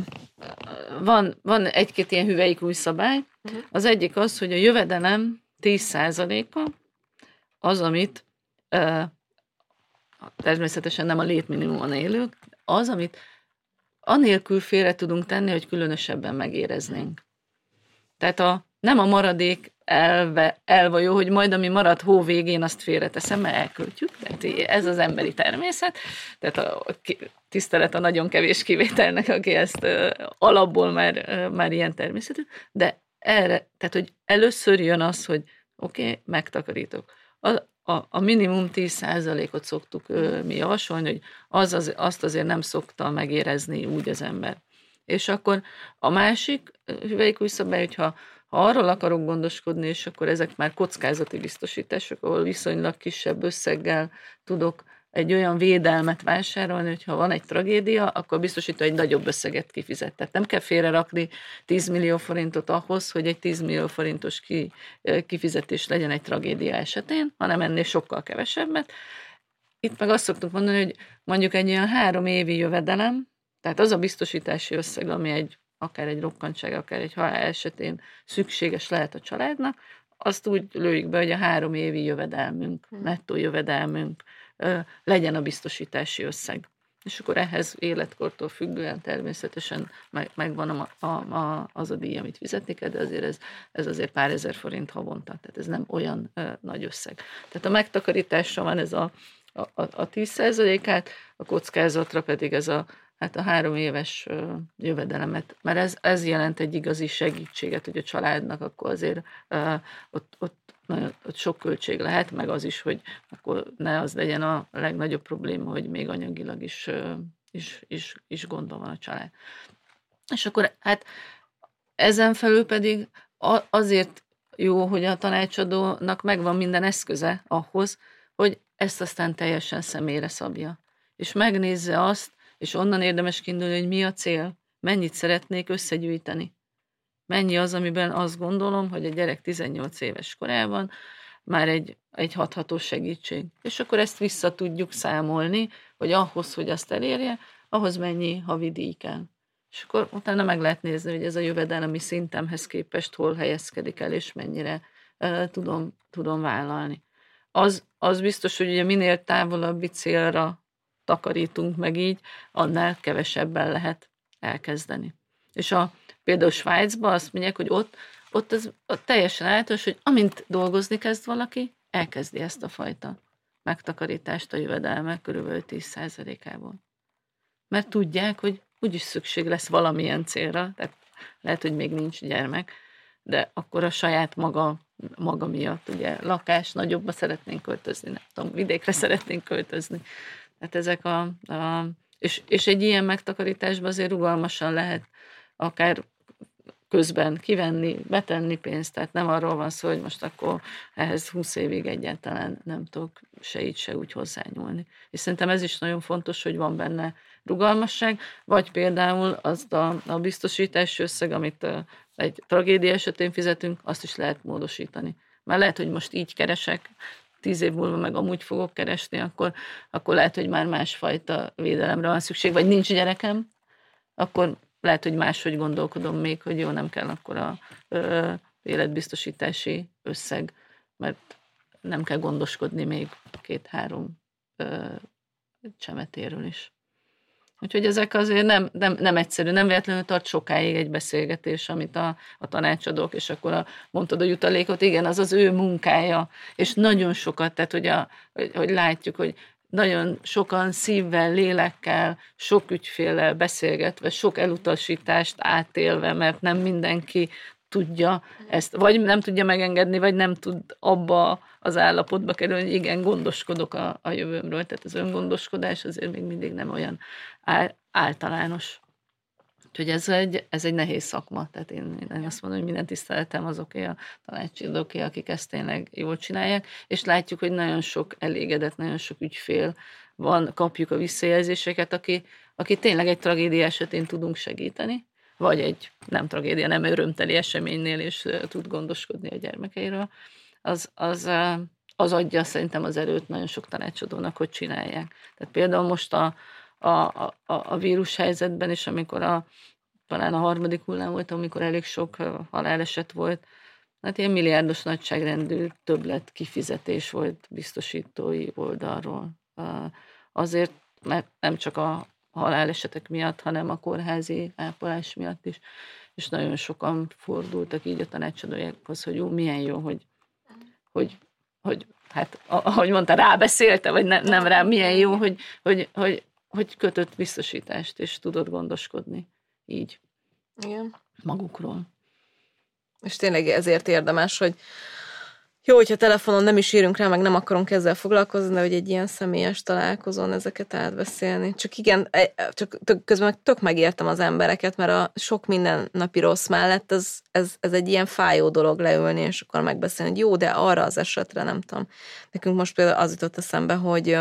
Van egy-két ilyen hüvelykúj szabály. Az egyik az, hogy a jövedelem 10%-a az, amit természetesen nem a létminimumon élők, az, amit anélkül félre tudunk tenni, hogy különösebben megéreznénk. Tehát nem a maradék elve jó, hogy majd ami marad hó végén, azt félreteszem, mert elköltjük. Tehát ez az emberi természet. Tehát a tisztelet a nagyon kevés kivételnek, aki ezt alapból már ilyen természetű. De erre, tehát hogy először jön az, hogy oké, megtakarítok. A minimum 10%-ot szoktuk mi javasolni, hogy azt azért nem szokta megérezni úgy az ember. És akkor a másik hüvelykújszabály, hogyha arról akarok gondoskodni, és akkor ezek már kockázati biztosítások, ahol viszonylag kisebb összeggel tudok egy olyan védelmet vásárolni, hogyha van egy tragédia, akkor biztosító egy nagyobb összeget kifizet. Tehát nem kell félrerakni 10 millió forintot ahhoz, hogy egy 10 millió forintos kifizetés legyen egy tragédia esetén, hanem ennél sokkal kevesebbet. Itt meg azt szoktuk mondani, hogy mondjuk egy olyan 3 évi jövedelem, tehát az a biztosítási összeg, ami akár egy rokkantság, akár egy halál esetén szükséges lehet a családnak, azt úgy lőjük be, hogy a 3 évi jövedelmünk, nettó jövedelmünk legyen a biztosítási összeg. És akkor ehhez életkortól függően természetesen megvan az a díj, amit fizetni kell, de azért ez azért pár ezer forint havonta, tehát ez nem olyan nagy összeg. Tehát a megtakarításra van ez a 10%-át, a kockázatra pedig ez a 3 éves jövedelemet, mert ez jelent egy igazi segítséget, hogy a családnak akkor azért ott sok költség lehet, meg az is, hogy akkor ne az legyen a legnagyobb probléma, hogy még anyagilag is gondban van a család. És akkor ezen felül pedig azért jó, hogy a tanácsadónak megvan minden eszköze ahhoz, hogy ezt aztán teljesen személyre szabja. És megnézze azt, és onnan érdemes kiindulni, hogy mi a cél, mennyit szeretnék összegyűjteni. Mennyi az, amiben azt gondolom, hogy a gyerek 18 éves korában már egy hatható segítség. És akkor ezt vissza tudjuk számolni, hogy ahhoz, hogy azt elérje, ahhoz mennyi havidíj kell. És akkor utána meg lehet nézni, hogy ez a jövedelmi szintemhez képest hol helyezkedik el, és mennyire tudom vállalni. Az biztos, hogy ugye minél távolabbi célra takarítunk meg így, annál kevesebben lehet elkezdeni. És például Svájcban azt mondják, hogy ott ez teljesen általános, hogy amint dolgozni kezd valaki, elkezdi ezt a fajta megtakarítást a jövedelme kb. 10%-ából. Mert tudják, hogy úgyis szükség lesz valamilyen célra, tehát lehet, hogy még nincs gyermek, de akkor a saját maga miatt, ugye lakás, nagyobbba szeretnénk költözni, nem tudom, vidékre szeretnénk költözni. Tehát ezek és egy ilyen megtakarításban azért rugalmasan lehet akár közben kivenni, betenni pénzt, tehát nem arról van szó, hogy most akkor ehhez 20 évig egyáltalán nem tudok se így, se úgy hozzányúlni. És szerintem ez is nagyon fontos, hogy van benne rugalmasság, vagy például azt a biztosítási összeg, amit egy tragédia esetén fizetünk, azt is lehet módosítani. Mert lehet, hogy most így keresek, 10 év múlva meg amúgy fogok keresni, akkor lehet, hogy már másfajta védelemre van szükség, vagy nincs gyerekem, akkor lehet, hogy máshogy gondolkodom még, hogy jó, nem kell akkor a életbiztosítási összeg, mert nem kell gondoskodni még 2-3 csemetéről is. Úgyhogy ezek azért nem egyszerű, nem véletlenül tart sokáig egy beszélgetés, amit a tanácsadók, és akkor mondtad a jutalékot, igen, az ő munkája, és nagyon sokat, tehát hogy látjuk, hogy nagyon sokan szívvel, lélekkel, sok ügyféllel beszélgetve, sok elutasítást átélve, mert nem mindenki tudja ezt, vagy nem tudja megengedni, vagy nem tud abba az állapotba kerülni, hogy igen, gondoskodok a jövőmről. Tehát az öngondoskodás azért még mindig nem olyan általános. Úgyhogy ez egy nehéz szakma. Tehát én azt mondom, hogy minden tiszteletem azoké a tanácsadóké, akik ezt tényleg jól csinálják, és látjuk, hogy nagyon sok elégedett, nagyon sok ügyfél van, kapjuk a visszajelzéseket, aki tényleg egy tragédia esetén tudunk segíteni, vagy egy nem tragédia, nem örömteli eseménynél is tud gondoskodni a gyermekeiről, az adja szerintem az erőt nagyon sok tanácsadónak, hogy csinálják. Tehát például most a vírushelyzetben is, amikor talán a 3. hullám volt, amikor elég sok haláleset volt, hát ilyen milliárdos nagyságrendű többlet kifizetés volt biztosítói oldalról azért, mert nem csak a halálesetek miatt, hanem a kórházi ápolás miatt is. És nagyon sokan fordultak így a tanácsadójákhoz, hogy jó, milyen jó, hogy hát, ahogy mondta, rábeszélte, vagy nem rá, milyen jó, hogy kötött biztosítást, és tudott gondoskodni így. Igen. Magukról. És tényleg ezért érdemes, hogy jó, hogyha telefonon nem is írunk rá, meg nem akarunk ezzel foglalkozni, de hogy egy ilyen személyes találkozón ezeket átbeszélni. Csak igen, közben tök megértem az embereket, mert a sok mindennapi rossz mellett ez egy ilyen fájó dolog leülni, és akkor megbeszélni, hogy jó, de arra az esetre nem tudom. Nekünk most például az jutott eszembe, hogy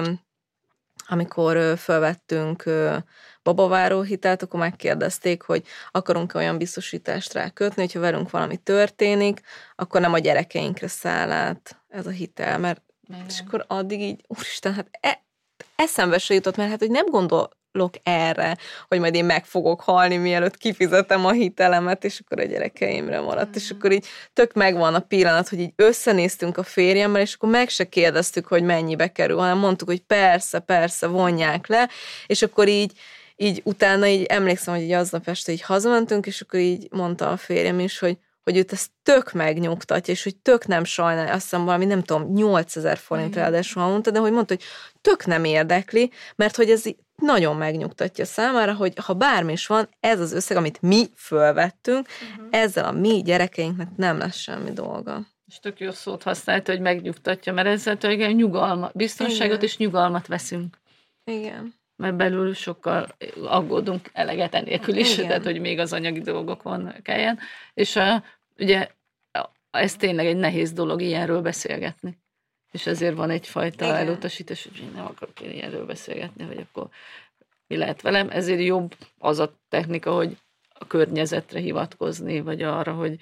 amikor felvettünk babaváró hitelt, akkor megkérdezték, hogy akarunk olyan biztosítást rá kötni, hogyha velünk valami történik, akkor nem a gyerekeinkre száll át ez a hitel, mert és akkor addig így, úristen, hát eszembe se jutott, mert hát, hogy nem gondolok erre, hogy majd én meg fogok halni, mielőtt kifizetem a hitelemet, és akkor a gyerekeimre maradt, és akkor így tök megvan a pillanat, hogy így összenéztünk a férjemmel, és akkor meg se kérdeztük, hogy mennyibe kerül, hanem mondtuk, hogy persze, vonják le, és akkor így utána így emlékszem, hogy így aznap este így hazamentünk, és akkor így mondta a férjem is, hogy őt ezt tök megnyugtatja, és hogy tök nem sajnálja, azt hiszem valami, nem tudom, 8000 forint ráadásul mondta, de hogy mondta, hogy tök nem érdekli, mert hogy ez nagyon megnyugtatja számára, hogy ha bármi is van, ez az összeg, amit mi fölvettünk, ezzel a mi gyerekeinknek nem lesz semmi dolga. És tök jó szót használta, hogy megnyugtatja, mert ezzel tulajdonképpen biztonságot és nyugalmat veszünk. Igen. Mert belül sokkal aggódunk eleget enélkül is, tehát hogy még az anyagi dolgok van kelljen. És ugye ez tényleg egy nehéz dolog ilyenről beszélgetni. És ezért van egyfajta elutasítás, hogy nem akarok én ilyenről beszélgetni, hogy akkor mi lehet velem. Ezért jobb az a technika, hogy a környezetre hivatkozni, vagy arra, hogy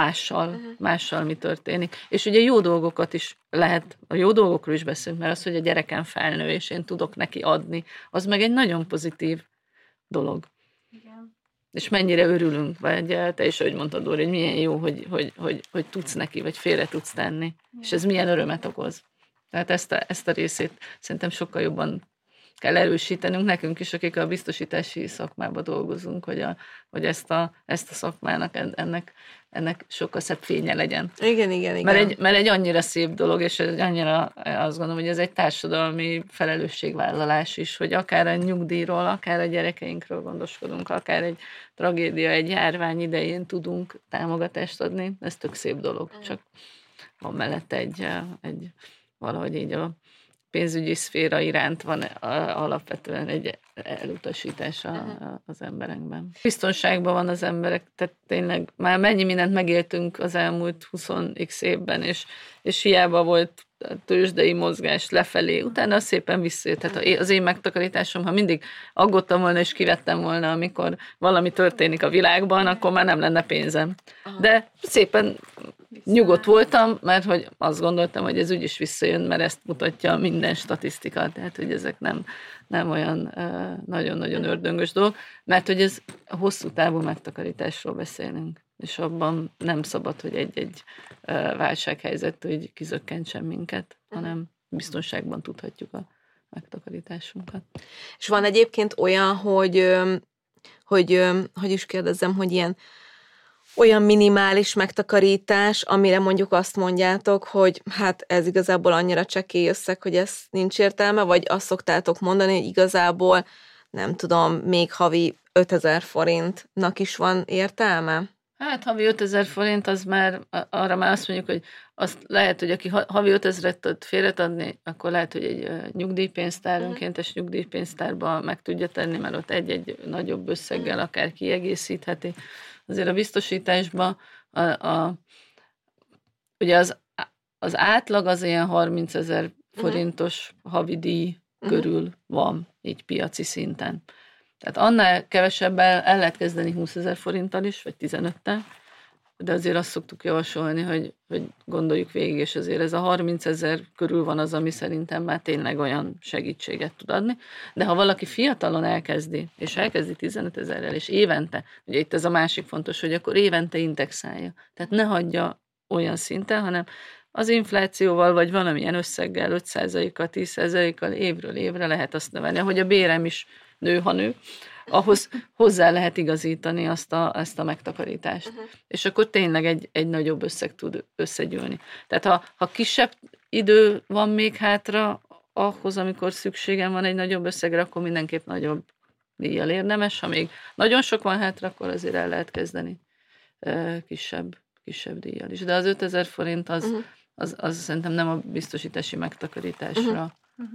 mással mi történik. És ugye jó dolgokat is lehet, a jó dolgokról is beszélünk, mert az, hogy a gyerekem felnő, és én tudok neki adni, az meg egy nagyon pozitív dolog. Igen. És mennyire örülünk, vagy te is, ahogy mondtad, Dóri, hogy milyen jó, hogy tudsz neki, vagy félre tudsz tenni. Igen. És ez milyen örömet okoz. Tehát ezt a részét szerintem sokkal jobban kell erősítenünk nekünk is, akik a biztosítási szakmában dolgozunk, hogy ezt a szakmának, ennek sokkal szebb fénye legyen. Igen. Mert egy annyira szép dolog, és annyira azt gondolom, hogy ez egy társadalmi felelősségvállalás is, hogy akár a nyugdíjról, akár a gyerekeinkről gondoskodunk, akár egy tragédia, egy járvány idején tudunk támogatást adni. Ez tök szép dolog, csak van mellette egy valahogy így a pénzügyi szféra iránt van alapvetően egy elutasítás az emberekben. Biztonságban van az emberek, tehát tényleg már mennyi mindent megéltünk az elmúlt 20x évben, és hiába volt tőzsdei mozgás lefelé, utána szépen visszajött. Tehát az én megtakarításom, ha mindig aggódtam volna és kivettem volna, amikor valami történik a világban, akkor már nem lenne pénzem. De szépen nyugodt voltam, mert hogy azt gondoltam, hogy ez úgyis visszajön, mert ezt mutatja minden statisztika, tehát hogy ezek nem olyan nagyon-nagyon ördöngös dolog, mert hogy ez a hosszú távú megtakarításról beszélünk, és abban nem szabad, hogy egy válsághelyzet, hogy kizökkentsen minket, hanem biztonságban tudhatjuk a megtakarításunkat. És van egyébként olyan, hogy is kérdezzem, hogy olyan minimális megtakarítás, amire mondjuk azt mondjátok, hogy hát ez igazából annyira csekély összeg, hogy ez nincs értelme, vagy azt szoktátok mondani, hogy igazából nem tudom, még havi 5000 forintnak is van értelme? Hát havi 5000 forint, az már, arra már azt mondjuk, hogy azt lehet, hogy aki havi 5000-et tud félretadni, akkor lehet, hogy egy nyugdíjpénztár, önkéntes nyugdíjpénztárba meg tudja tenni, mert ott egy nagyobb összeggel akár kiegészítheti. Azért a biztosításban ugye az átlag az ilyen 30 000 forintos havidíj körül van, így piaci szinten. Tehát annál kevesebben el lehet kezdeni 20 000 forinttal is, vagy 15-tel, de azért azt szoktuk javasolni, hogy gondoljuk végig, és azért ez a 30 000 körül van az, ami szerintem már tényleg olyan segítséget tud adni. De ha valaki fiatalon elkezdi, és elkezdi 15 000-rel, és évente, ugye itt ez a másik fontos, hogy akkor évente indexálja. Tehát ne hagyja olyan szinten, hanem az inflációval, vagy valamilyen összeggel, 5%-kal, 10%-kal évről évre lehet azt növelni. Ahogy a bérem is nő, ha nő, ahhoz hozzá lehet igazítani ezt a megtakarítást. És akkor tényleg egy nagyobb összeg tud összegyűlni. Tehát ha kisebb idő van még hátra, ahhoz, amikor szükségem van egy nagyobb összegre, akkor mindenképp nagyobb díjjal érdemes. Ha még nagyon sok van hátra, akkor azért el lehet kezdeni kisebb díjjal is. De az 5000 forint az szerintem nem a biztosítási megtakarításra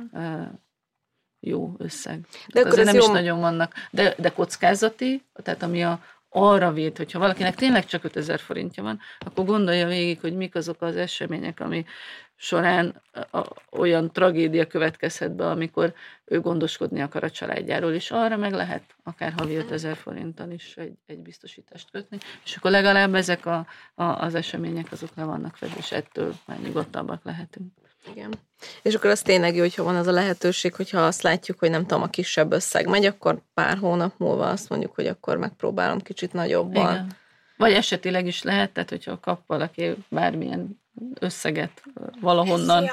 jó összeg. De akkor azért nem is nagyon vannak. De kockázati, tehát ami arra véd, hogyha valakinek tényleg csak 5000 forintja van, akkor gondolja végig, hogy mik azok az események, ami során olyan tragédia következhet be, amikor ő gondoskodni akar a családjáról, és arra meg lehet akár havi 5000 forinttal is egy biztosítást kötni, és akkor legalább ezek az események azok le vannak fedve, és ettől már nyugodtabbak lehetünk. Igen. És akkor az tényleg jó, hogyha van az a lehetőség, hogyha azt látjuk, hogy nem tudom, a kisebb összeg megy, akkor pár hónap múlva azt mondjuk, hogy akkor megpróbálom kicsit nagyobban. Igen. Vagy esetileg is lehet, tehát hogyha kap valaki bármilyen összeget valahonnan.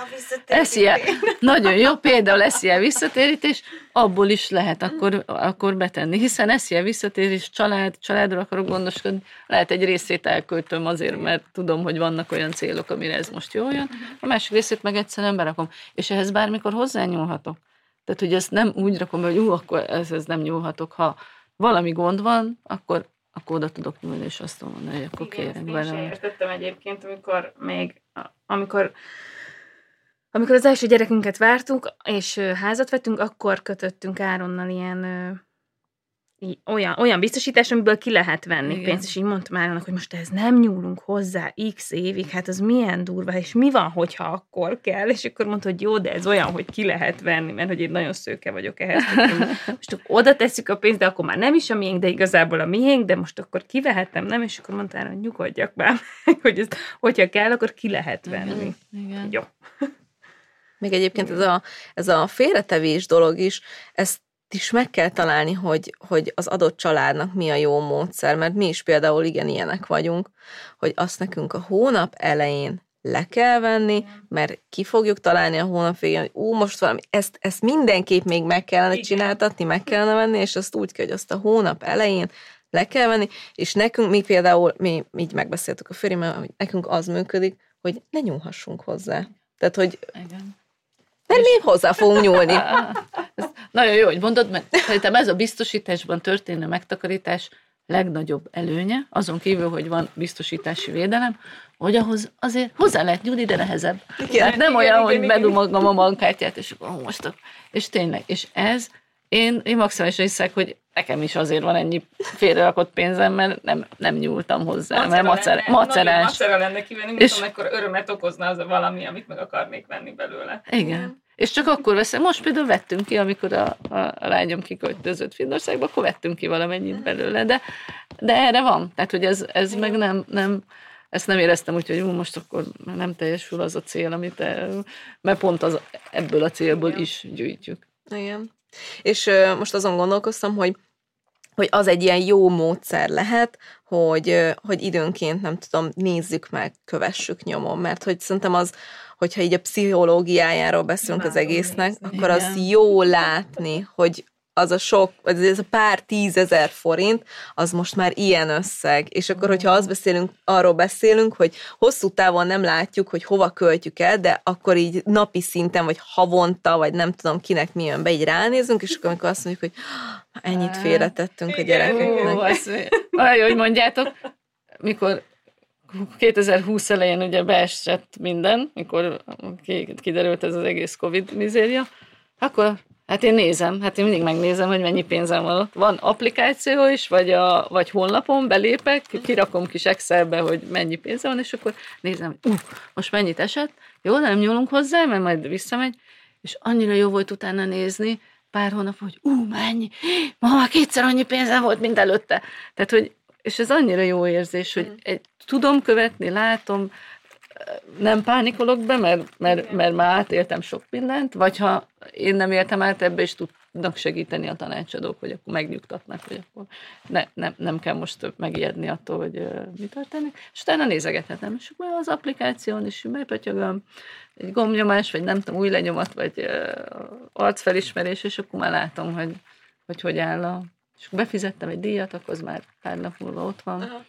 Nagyon jó, például SZIA visszatérítés, abból is lehet akkor betenni, hiszen SZIA visszatérítés, családról akarok gondoskodni, lehet egy részét elköltöm azért, mert tudom, hogy vannak olyan célok, amire ez most jól jön, a másik részét meg egyszerűen berakom, és ehhez bármikor hozzányúlhatok. Tehát, hogy ezt nem úgy rakom, hogy akkor ez nem nyúlhatok, ha valami gond van, akkor oda tudok nyúlni, és azt mondani, hogy akkor kérek belőle. Én értettem egyébként, amikor az első gyerekünket vártuk, és házat vettünk, akkor kötöttünk Áronnal ilyen olyan biztosítás, amiből ki lehet venni pénzt, és így mondtam Áronnak, hogy most ehhez nem nyúlunk hozzá x évig, hát az milyen durva, és mi van, hogyha akkor kell, és akkor mondta, hogy jó, de ez olyan, hogy ki lehet venni, mert hogy én nagyon szőke vagyok ehhez. Most akkor oda tesszük a pénzt, de akkor már nem is a miénk, de igazából a miénk, de most akkor kivehetem, nem? És akkor mondta Áron, nyugodjak már, hogy ezt, hogyha kell, akkor ki lehet venni. Igen. Jó. Még egyébként ez a félretevés dolog is is meg kell találni, hogy az adott családnak mi a jó módszer, mert mi is például ilyenek vagyunk, hogy azt nekünk a hónap elején le kell venni, mert ki fogjuk találni a hónap végén, hogy most valami, ezt mindenképp még meg kellene csináltatni, meg kellene venni, és azt úgy kell, hogy azt a hónap elején le kell venni, és nekünk, mi például, mi így megbeszéltük a Ferimmel, hogy nekünk az működik, hogy ne nyúlhassunk hozzá. Tehát, hogy mert mi hozzá fogunk nyúlni. Ez nagyon jó, hogy mondod, mert szerintem ez a biztosításban történő megtakarítás legnagyobb előnye, azon kívül, hogy van biztosítási védelem, hogy ahhoz azért hozzá lehet nyúlni, de nehezebb. Tehát nem olyan, hogy bedumogom a bankkártyát, és most és tényleg, és ez, én maximálisan hiszek, hogy nekem is azért van ennyi félrerakott pénzem, mert nem nyúltam hozzá, mert macerás. Macera lenne kivenni, és amikor örömet okozna az valami, amit meg akarnék venni belőle. Igen. És csak akkor veszem. Most például vettünk ki, amikor a lányom kiköltözött Finnországba, akkor vettünk ki valamennyit belőle, de erre van. Tehát, hogy ez meg nem ezt nem éreztem úgy, hogy most akkor nem teljesül az a cél, mert pont ebből a célból is gyűjtjük. Igen. És most azon gondolkoztam, hogy az egy ilyen jó módszer lehet, hogy időnként, nem tudom, nézzük meg, kövessük nyomon, mert hogy szerintem az, hogyha így a pszichológiájáról beszélünk az egésznek, akkor az jó látni, hogy az a sok, ez a pár 10 000 forint, az most már ilyen összeg. És akkor, hogyha arról beszélünk, hogy hosszú távon nem látjuk, hogy hova költjük el, de akkor így napi szinten, vagy havonta, vagy nem tudom kinek mi jön be, így ránézünk, és akkor amikor azt mondjuk, hogy ennyit félretettünk a gyerekeknek. Olyan, hogy mondjátok, mikor 2020 elején ugye beesett minden, mikor kiderült ez az egész Covid mizéria, akkor hát én nézem, én mindig megnézem, hogy mennyi pénzem van ott. Van applikáció is, vagy honlapon belépek, kirakom kis Excelbe, hogy mennyi pénzem van, és akkor nézem, hogy most mennyit esett, jó, nem nyúlunk hozzá, mert majd visszamegy, és annyira jó volt utána nézni, pár hónap, hogy mennyi, ma már 2-szer annyi pénzem volt, mint előtte. Tehát, hogy, és ez annyira jó érzés, hogy tudom követni, látom, nem pánikolok be, mert már átéltem sok mindent, vagy ha én nem éltem át, ebbe is tudnak segíteni a tanácsadók, hogy akkor megnyugtatnak, hogy akkor nem kell most megijedni attól, hogy mi történik. És utána nézegethetem, és akkor az applikáción is megpötyögöm egy gombnyomás, vagy nem tudom, új lenyomat, vagy arcfelismerés, és akkor már látom, hogy áll és befizettem egy díjat, akkor az már pár nap múlva ott van. Aha.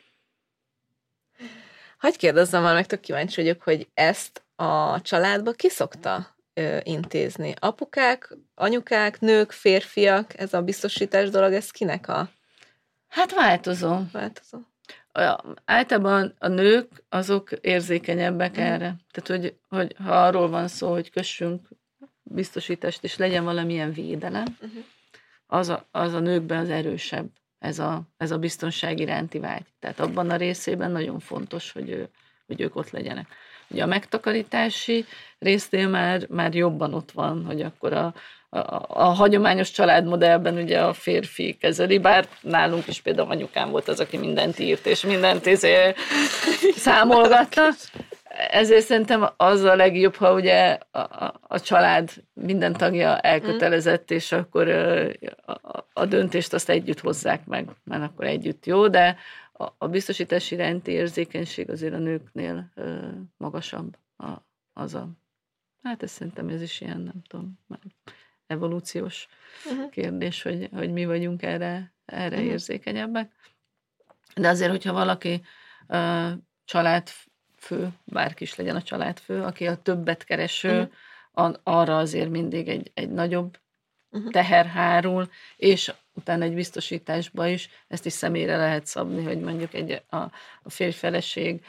Hadd kérdezzem már, meg tök kíváncsi vagyok, hogy ezt a családba ki szokta intézni? Apukák, anyukák, nők, férfiak, ez a biztosítás dolog, ez kinek a... Hát változó. Általában a nők azok érzékenyebbek erre. Tehát, hogy ha arról van szó, hogy kössünk biztosítást, és legyen valamilyen védelem, az a nőkben az erősebb, ez a biztonság iránti vágy. Tehát abban a részében nagyon fontos, hogy ők ott legyenek. Ugye a megtakarítási résznél már jobban ott van, hogy akkor a hagyományos családmodellben ugye a férfi kezeli, bár nálunk is például anyukám volt az, aki mindent írt, és mindent számolgatta. Ezért szerintem az a legjobb, ha ugye a család minden tagja elkötelezett, és akkor a döntést azt együtt hozzák meg, mert akkor együtt jó, de a biztosítás iránti érzékenység azért a nőknél magasabb. Hát ez szerintem ez is ilyen, nem tudom, evolúciós kérdés, hogy mi vagyunk erre érzékenyebbek. De azért, hogyha valaki családfő, bárki is legyen a családfő, aki a többet kereső, arra azért mindig egy nagyobb teher hárul, és utána egy biztosításba is ezt is személyre lehet szabni, hogy mondjuk a férj-feleség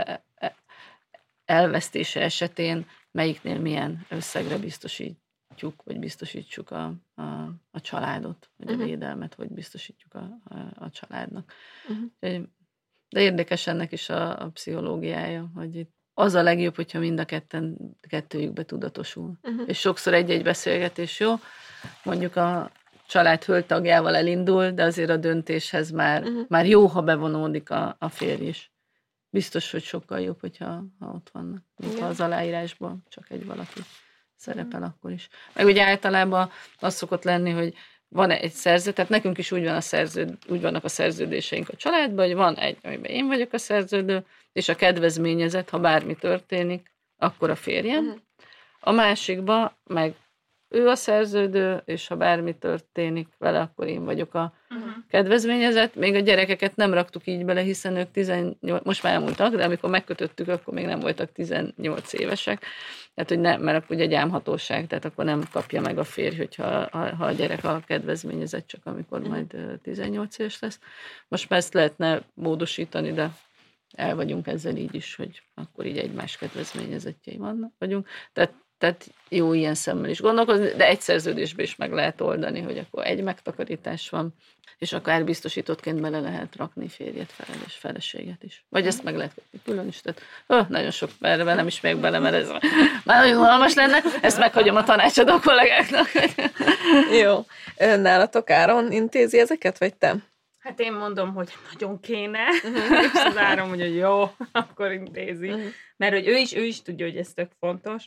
elvesztése esetén melyiknél milyen összegre biztosítjuk, vagy biztosítsuk a családot, vagy a védelmet, hogy biztosítjuk a családnak. De érdekes ennek is a pszichológiája, hogy itt az a legjobb, hogyha mind a kettőjükbe tudatosul. És sokszor egy-egy beszélgetés jó, mondjuk a család hölgytagjával elindul, de azért a döntéshez már jó, ha bevonódik a férj is. Biztos, hogy sokkal jobb, hogyha ott vannak. Ha az aláírásban csak egy valaki szerepel akkor is. Meg ugye általában az szokott lenni, hogy van egy szerződés, tehát nekünk is úgy vannak a szerződéseink a családban, hogy van egy, amiben én vagyok a szerződő, és a kedvezményezett, ha bármi történik, akkor a férjem. A másikban meg ő a szerződő, és ha bármi történik vele, akkor én vagyok a kedvezményezett. Még a gyerekeket nem raktuk így bele, hiszen ők 18, most már elmúltak, de amikor megkötöttük, akkor még nem voltak 18 évesek. Tehát, hogy nem, mert akkor ugye gyámhatóság, tehát akkor nem kapja meg a férj, hogyha a gyerek a kedvezményezett, csak amikor majd 18 éves lesz. Most már ezt lehetne módosítani, de el vagyunk ezzel így is, hogy akkor így egymás kedvezményezettjei vagyunk. Tehát jó ilyen szemmel is gondolkozni, de egy szerződésbe is meg lehet oldani, hogy akkor egy megtakarítás van, és akár biztosítottként bele lehet rakni férjet, és feleséget is. Vagy ezt meg lehet kötni külön is. Tehát nagyon sok, erre nem is megyek bele, mert ez már nagyon unalmas lenne, ezt meghagyom a tanácsadó kollégáknak. Jó. Nálatok Áron intézi ezeket, vagy te? Hát én mondom, hogy nagyon kéne, és az Áron mondja, hogy jó, akkor intézi. Mert hogy ő is tudja, hogy ez tök fontos,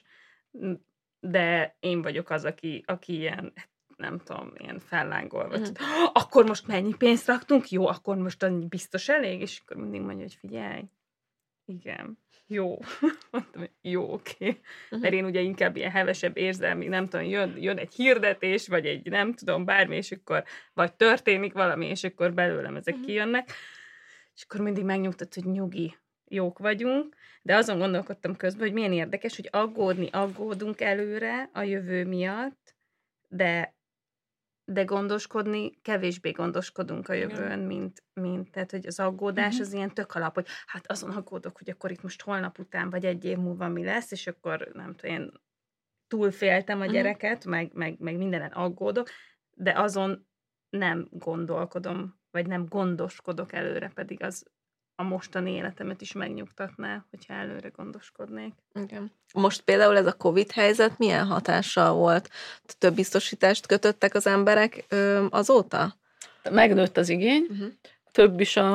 de én vagyok az, aki ilyen, nem tudom, ilyen fellángolva. Akkor most mennyi pénzt raktunk? Jó, akkor most annyi biztos elég? És akkor mindig mondja, hogy figyelj, igen, jó. Mondtam, hogy jó, oké. Mert én ugye inkább ilyen hevesebb érzelmi, nem tudom, jön egy hirdetés, vagy egy nem tudom, bármi, és akkor vagy történik valami, és akkor belőlem ezek kijönnek. És akkor mindig megnyugtat, hogy nyugi, jók vagyunk, de azon gondolkodtam közben, hogy milyen érdekes, hogy aggódunk előre a jövő miatt, de gondoskodni, kevésbé gondoskodunk a jövőn, mint tehát, hogy az aggódás az ilyen tök alap, hogy hát azon aggódok, hogy akkor itt most holnap után, vagy egy év múlva mi lesz, és akkor nem tudom, én túlféltem a gyereket, meg mindenen aggódok, de azon nem gondolkodom, vagy nem gondoskodok előre, pedig az a mostani életemet is megnyugtatná, hogyha előre gondoskodnék. Igen. Most például ez a Covid helyzet milyen hatással volt? Több biztosítást kötöttek az emberek azóta? Megnőtt az igény, több is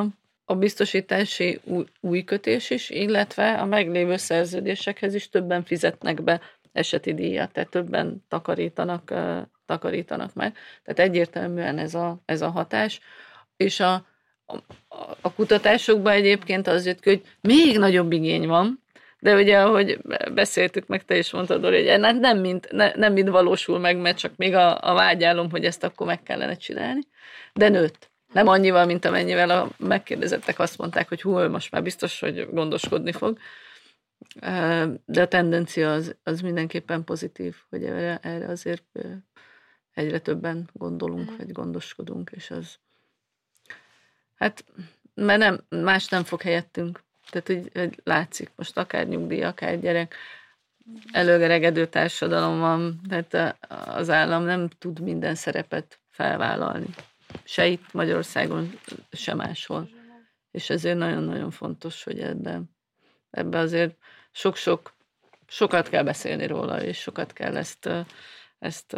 a biztosítási új kötés is, illetve a meglévő szerződésekhez is többen fizetnek be eseti díjat, tehát többen takarítanak meg. Tehát egyértelműen ez a hatás. És a kutatásokban egyébként az jött ki, hogy még nagyobb igény van, de ugye, ahogy beszéltük, meg te is mondtad, hogy nem mind valósul meg, mert csak még a vágyálom, hogy ezt akkor meg kellene csinálni, de nőtt. Nem annyival, mint amennyivel a megkérdezettek azt mondták, hogy most már biztos, hogy gondoskodni fog. De a tendencia az mindenképpen pozitív, hogy erre azért egyre többen gondolunk, vagy gondoskodunk, és az hát, mert más nem fog helyettünk. Tehát, hogy látszik most akár nyugdíj, akár gyerek, előgeregedő társadalom van, tehát az állam nem tud minden szerepet felvállalni. Se itt Magyarországon, se máshol. És ezért nagyon-nagyon fontos, hogy ebbe azért sokat kell beszélni róla, és sokat kell ezt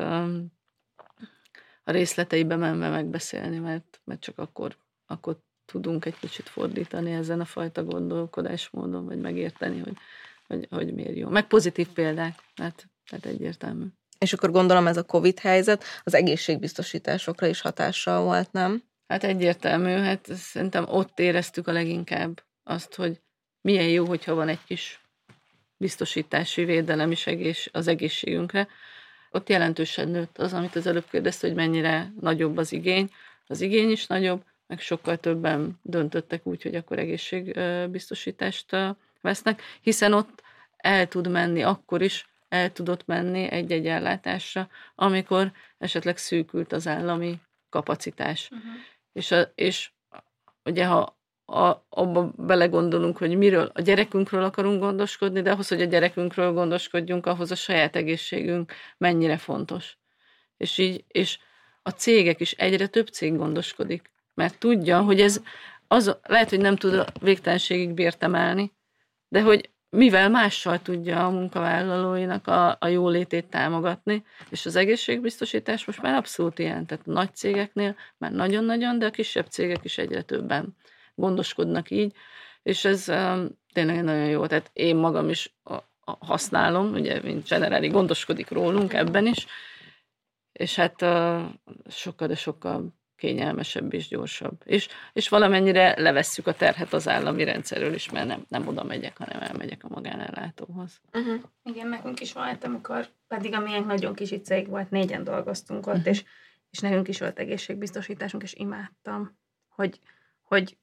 a részleteibe menve megbeszélni, mert csak akkor tudunk egy kicsit fordítani ezen a fajta gondolkodásmódon, vagy megérteni, hogy miért jó. Meg pozitív példák, tehát egyértelmű. És akkor gondolom ez a Covid helyzet az egészségbiztosításokra is hatással volt, nem? Hát egyértelmű, hát szerintem ott éreztük a leginkább azt, hogy milyen jó, hogyha van egy kis biztosítási védelem is az egészségünkre. Ott jelentősen nőtt az, amit az előbb kérdezte, hogy mennyire nagyobb az igény. Az igény is nagyobb, meg sokkal többen döntöttek úgy, hogy akkor egészségbiztosítást vesznek, hiszen ott akkor is el tudott menni egy-egy ellátásra, amikor esetleg szűkült az állami kapacitás. És ugye, ha abba belegondolunk, hogy miről a gyerekünkről akarunk gondoskodni, de ahhoz, hogy a gyerekünkről gondoskodjunk, ahhoz a saját egészségünk mennyire fontos. És a cégek is, egyre több cég gondoskodik, mert tudja, hogy lehet, hogy nem tud a végtelenségig bért emelni, de hogy mivel mással tudja a munkavállalóinak a jólétét támogatni, és az egészségbiztosítás most már abszolút ilyen, tehát a nagy cégeknél már nagyon-nagyon, de a kisebb cégek is egyre többen gondoskodnak így, és ez tényleg nagyon jó. Tehát én magam is használom, ugye, mint Generáli gondoskodik rólunk ebben is, és hát sokkal, de sokkal kényelmesebb és gyorsabb. És valamennyire levesszük a terhet az állami rendszerről is, mert nem oda megyek, hanem elmegyek a magánellátóhoz. Igen, nekünk is volt, amikor pedig a miénk nagyon kicsi cég volt, 4-en dolgoztunk ott, és nekünk is volt egészségbiztosításunk, és imádtam, hogy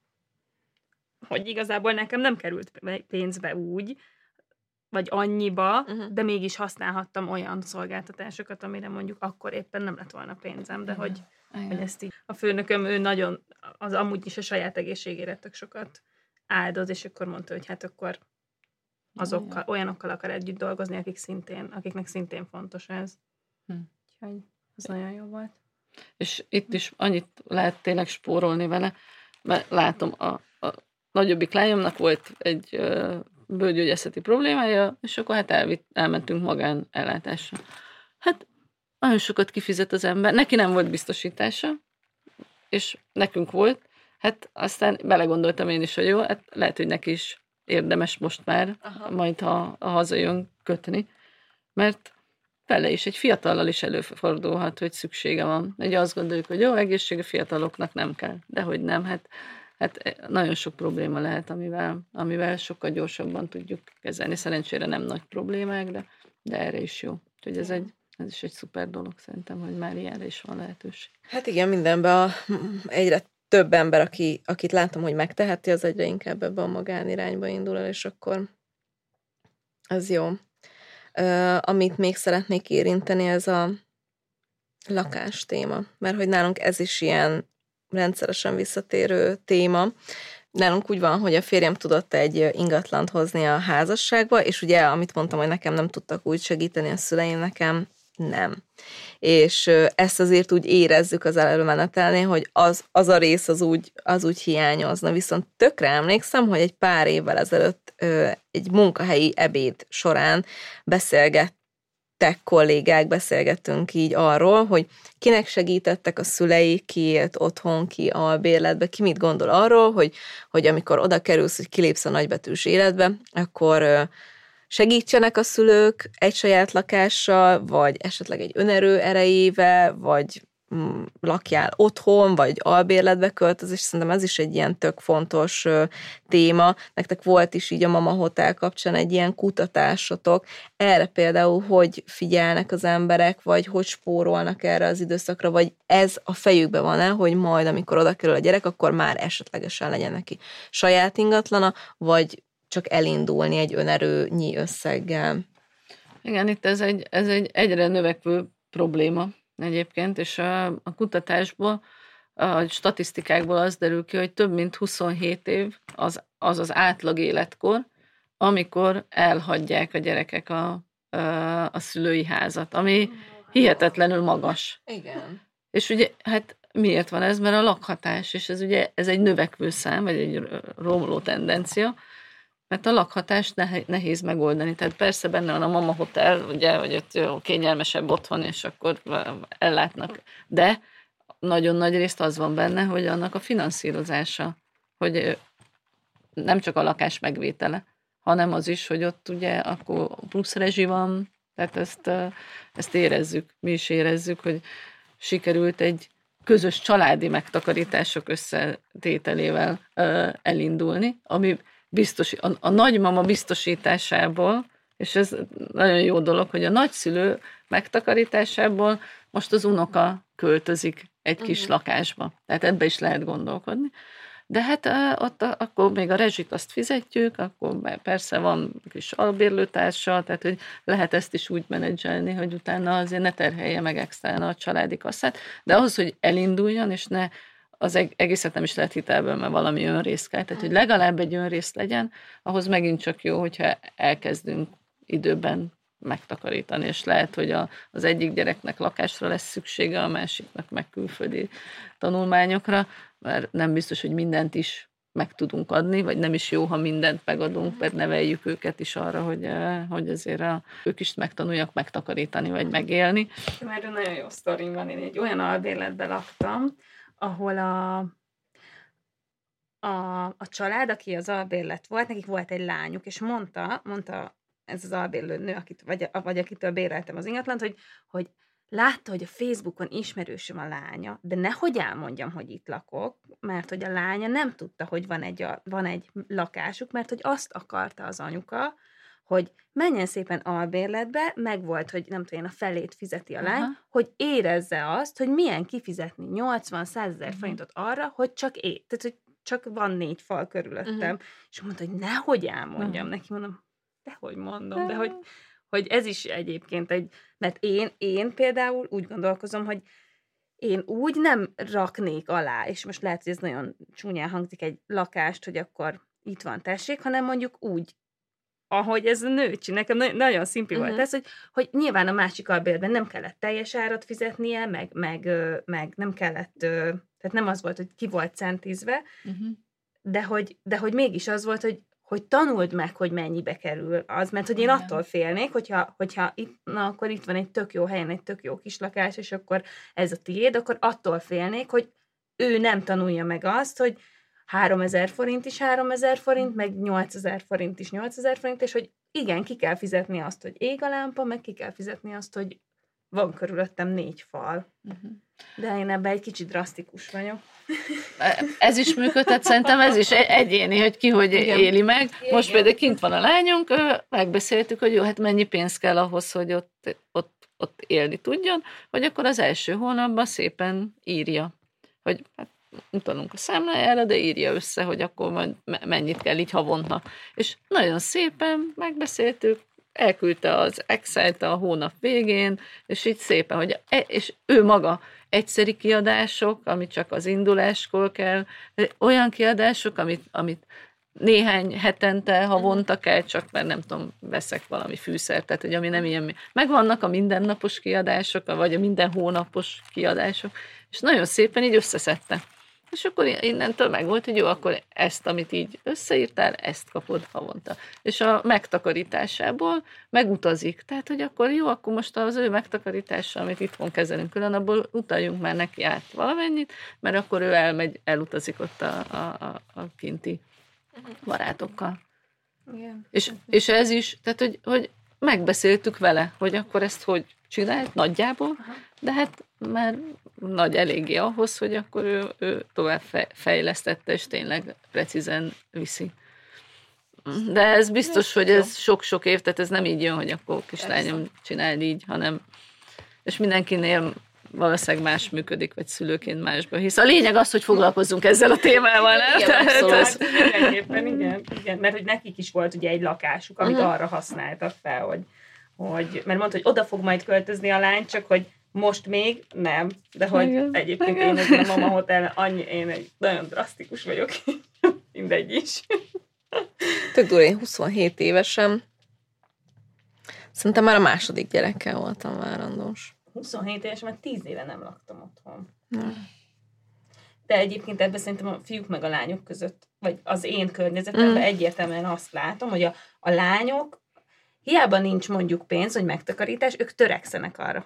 igazából nekem nem került pénzbe úgy, vagy annyiba, de mégis használhattam olyan szolgáltatásokat, amire mondjuk akkor éppen nem lett volna pénzem, de hogy ezt így. A főnököm, ő nagyon, az amúgy is a saját egészségére tök sokat áldoz, és akkor mondta, hogy hát akkor olyanokkal akar együtt dolgozni, akiknek szintén fontos ez. Úgyhogy ez nagyon jó volt. És itt is annyit lehet tényleg spórolni vele, mert látom, a nagyobbik lányomnak volt egy bőrgyógyászati problémája, és akkor hát elmentünk magánellátásra. Hát nagyon sokat kifizet az ember. Neki nem volt biztosítása, és nekünk volt. Hát aztán belegondoltam én is, hogy jó, hát lehet, hogy neki is érdemes most már, majd ha hazajön kötni, mert vele is, egy fiatallal is előfordulhat, hogy szüksége van. Ugye azt gondoljuk, hogy jó, egészsége fiataloknak nem kell, de hogy nem, hát nagyon sok probléma lehet, amivel sokkal gyorsabban tudjuk kezelni. Szerencsére nem nagy problémák, de erre is jó. Úgyhogy ez is egy szuper dolog szerintem, hogy már ilyenre is van lehetőség. Hát igen, mindenben egyre több ember, akit látom, hogy megteheti, az egyre inkább ebbe a magánirányba indul el, és akkor az jó. Amit még szeretnék érinteni, ez a lakás téma, mert hogy nálunk ez is ilyen rendszeresen visszatérő téma. Nálunk úgy van, hogy a férjem tudott egy ingatlant hozni a házasságba, és ugye, amit mondtam, hogy nekem nem tudtak úgy segíteni a szüleim, nekem nem. És ezt azért úgy érezzük az előmenetelnél, hogy az a rész az úgy hiányozna. Viszont tökre emlékszem, hogy egy pár évvel ezelőtt egy munkahelyi ebéd során beszélgettünk tech kollégák beszélgettünk így arról, hogy kinek segítettek a szülei, ki élt otthon, ki albérletbe, ki mit gondol arról, hogy amikor oda kerülsz, hogy kilépsz a nagybetűs életbe, akkor segítsenek a szülők egy saját lakással, vagy esetleg egy önerő erejével, vagy lakjál otthon, vagy albérletbe költözés, szerintem ez is egy ilyen tök fontos téma. Nektek volt is így a Mama Hotel kapcsán egy ilyen kutatásotok. Erre például hogy figyelnek az emberek, vagy hogy spórolnak erre az időszakra, vagy ez a fejükben van-e, hogy majd, amikor oda kerül a gyerek, akkor már esetlegesen legyen neki saját ingatlana, vagy csak elindulni egy önerőnyi összeggel. Igen, itt ez egy egyre növekvő probléma egyébként, és a kutatásból, a statisztikákból az derül ki, hogy több mint 27 év az átlag életkor, amikor elhagyják a gyerekek a szülői házat, ami hihetetlenül magas. Igen. És ugye, hát miért van ez? Mert a lakhatás, és ez egy növekvő szám, vagy egy romló tendencia, mert a lakhatást nehéz megoldani. Tehát persze benne van a Mama Hotel, ugye, hogy ott jó, kényelmesebb otthon, és akkor ellátnak. De nagyon nagy részt az van benne, hogy annak a finanszírozása, hogy nem csak a lakás megvétele, hanem az is, hogy ott ugye akkor plusz rezsi van, tehát ezt érezzük, mi is érezzük, hogy sikerült egy közös családi megtakarítások összetételével elindulni, ami a nagymama biztosításából, és ez nagyon jó dolog, hogy a nagyszülő megtakarításából most az unoka költözik egy kis lakásba. Tehát ebbe is lehet gondolkodni. De hát ott akkor még a rezsit azt fizetjük, akkor persze van kis albérlőtársa, tehát hogy lehet ezt is úgy menedzselni, hogy utána azért ne terhelje meg extrán a családi kasszát, de ahhoz, hogy elinduljon, és ne az egészet nem is lehet hitelből, mert valami önrész kell. Tehát, hogy legalább egy önrész legyen, ahhoz megint csak jó, hogyha elkezdünk időben megtakarítani, és lehet, hogy az egyik gyereknek lakásra lesz szüksége, a másiknak meg külföldi tanulmányokra, mert nem biztos, hogy mindent is meg tudunk adni, vagy nem is jó, ha mindent megadunk, mert neveljük őket is arra, hogy azért ők is megtanulják megtakarítani, vagy megélni. Mert nagyon jó sztorim van, én egy olyan albérletben laktam, ahol a család, aki az albérlet volt, nekik volt egy lányuk, és mondta ez az albérlő nő, vagy akitől béreltem az ingatlant, hogy látta, hogy a Facebookon ismerősöm a lánya, de nehogy elmondjam, hogy itt lakok, mert hogy a lánya nem tudta, hogy van egy lakásuk, mert hogy azt akarta az anyuka, hogy menjen szépen albérletbe, meg volt, hogy nem tudom, a felét fizeti a lány, hogy érezze azt, hogy milyen kifizetni 80-100 ezer forintot arra, hogy tehát hogy csak van 4 fal körülöttem. És mondta, hogy nehogy elmondjam neki, mondom, dehogy mondom, de hogy ez is egyébként mert én például úgy gondolkozom, hogy én úgy nem raknék alá, és most lehet, hogy ez nagyon csúnyán hangzik egy lakást, hogy akkor itt van, tessék, hanem mondjuk úgy, ahogy ez a nő csinál, nekem nagyon szimpli volt ez, hogy nyilván a másik albérletben nem kellett teljes árat fizetnie, meg nem kellett, tehát nem az volt, hogy ki volt centízve, de hogy mégis az volt, hogy tanuld meg, hogy mennyibe kerül az, mert hogy én attól félnék, hogyha akkor itt van egy tök jó helyen, egy tök jó kis lakás, és akkor ez a tiéd, akkor attól félnék, hogy ő nem tanulja meg azt, hogy 3000 forint is 3000 forint, meg 8000 forint is 8000 forint, és hogy igen, ki kell fizetni azt, hogy ég a lámpa, meg ki kell fizetni azt, hogy van körülöttem 4 fal. De én ebben egy kicsit drasztikus vagyok. Ez is működhet, szerintem ez is egyéni, hogy ki hogy éli meg. Most például kint van a lányunk, megbeszéltük, hogy jó, hát mennyi pénz kell ahhoz, hogy ott élni tudjon, hogy akkor az első hónapban szépen írja, hogy hát utalunk a számlájára, de írja össze, hogy akkor majd mennyit kell így havonta. És nagyon szépen megbeszéltük, elküldte az Excel-t a hónap végén, és így szépen, hogy és ő maga egyszeri kiadások, amit csak az induláskor kell, olyan kiadások, amit néhány hetente, havonta kell, csak mert nem tudom, veszek valami fűszert, tehát hogy ami nem ilyen, megvannak a mindennapos kiadások, vagy a minden hónapos kiadások, és nagyon szépen így összeszedte. És akkor innentől meg volt, hogy jó, akkor ezt, amit így összeírtál, ezt kapod havonta. És a megtakarításából megutazik. Tehát, hogy akkor jó, akkor most az ő megtakarítása, amit itthon kezelünk külön, abból utaljunk már neki át valamennyit, mert akkor ő elutazik ott a kinti barátokkal. Igen. És ez is, tehát, hogy megbeszéltük vele, hogy akkor ezt hogy csinált nagyjából, de hát már nagy eléggé ahhoz, hogy akkor ő tovább fejlesztette, és tényleg precízen viszi. De ez biztos, hogy ez sok-sok év, tehát ez nem így jön, hogy akkor kislányom csináld így, hanem és mindenkinél valószínűleg más működik, vagy szülőként másba hisz. A lényeg az, hogy foglalkozzunk ezzel a témával, nem? Igen, abszolút. Igen, mert hogy nekik is volt ugye egy lakásuk, amit arra használtak fel, hogy mert mondta, hogy oda fog majd költözni a lány, csak hogy most még nem, de hogy igen. Egyébként én egy mama hotel, én egy nagyon drasztikus vagyok, mindegy is. Tök durva, én 27 évesen. Szerintem már a második gyerekkel voltam várandós. 27 éves, mert 10 éve nem laktam otthon. De egyébként ebben szerintem a fiúk meg a lányok között, vagy az én környezetemben egyértelműen azt látom, hogy a lányok hiába nincs mondjuk pénz, vagy megtakarítás, ők törekszenek arra,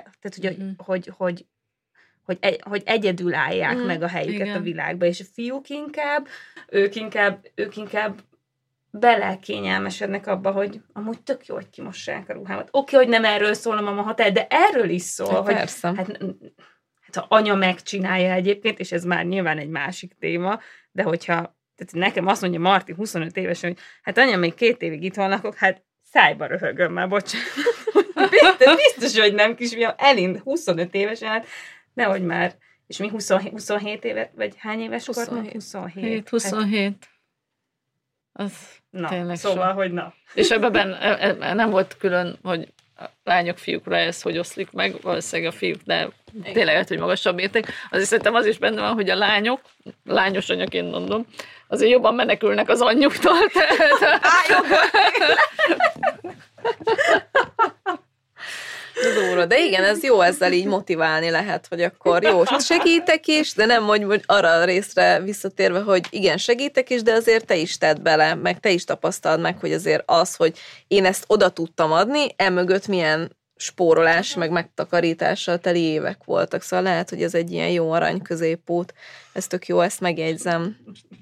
hogy egyedül állják meg a helyüket a világba, és a fiúk ők inkább belekényelmesednek abba, hogy amúgy tök jó, hogy kimossák a ruhámat. Oké, hogy nem erről szól a mama hotel, de erről is szól, hogy hát ha anya megcsinálja egyébként, és ez már nyilván egy másik téma, de hogyha tehát nekem azt mondja Marti 25 évesen, hogy hát anya, még 2 évig itt lakok, hát szájba röhögöm már, bocsánat. Biztos, hogy nem, kisfiam, elind 25 évesen, hát nehogy már, és mi 27 éve, vagy hány éves korban? 27. Az na, tényleg szóval, sok. hogy na. És ebben nem volt külön, hogy lányok, fiúkra ez hogy oszlik meg, valószínűleg a fiúk, de tényleg lehet, hogy magasabb érték. Azért szerintem az is benne van, hogy a lányok, lányos anyaként mondom, azért jobban menekülnek az anyjuktól. Durva, de igen, ez jó, ezzel így motiválni lehet, hogy akkor jó, segítek is, de nem hogy arra a részre visszatérve, hogy igen, segítek is, de azért te is tedd bele, meg te is tapasztald meg, hogy azért az, hogy én ezt oda tudtam adni, emögött milyen spórolás, meg megtakarítással teli évek voltak, szóval lehet, hogy ez egy ilyen jó arany középút. Ez tök jó, ezt megjegyzem.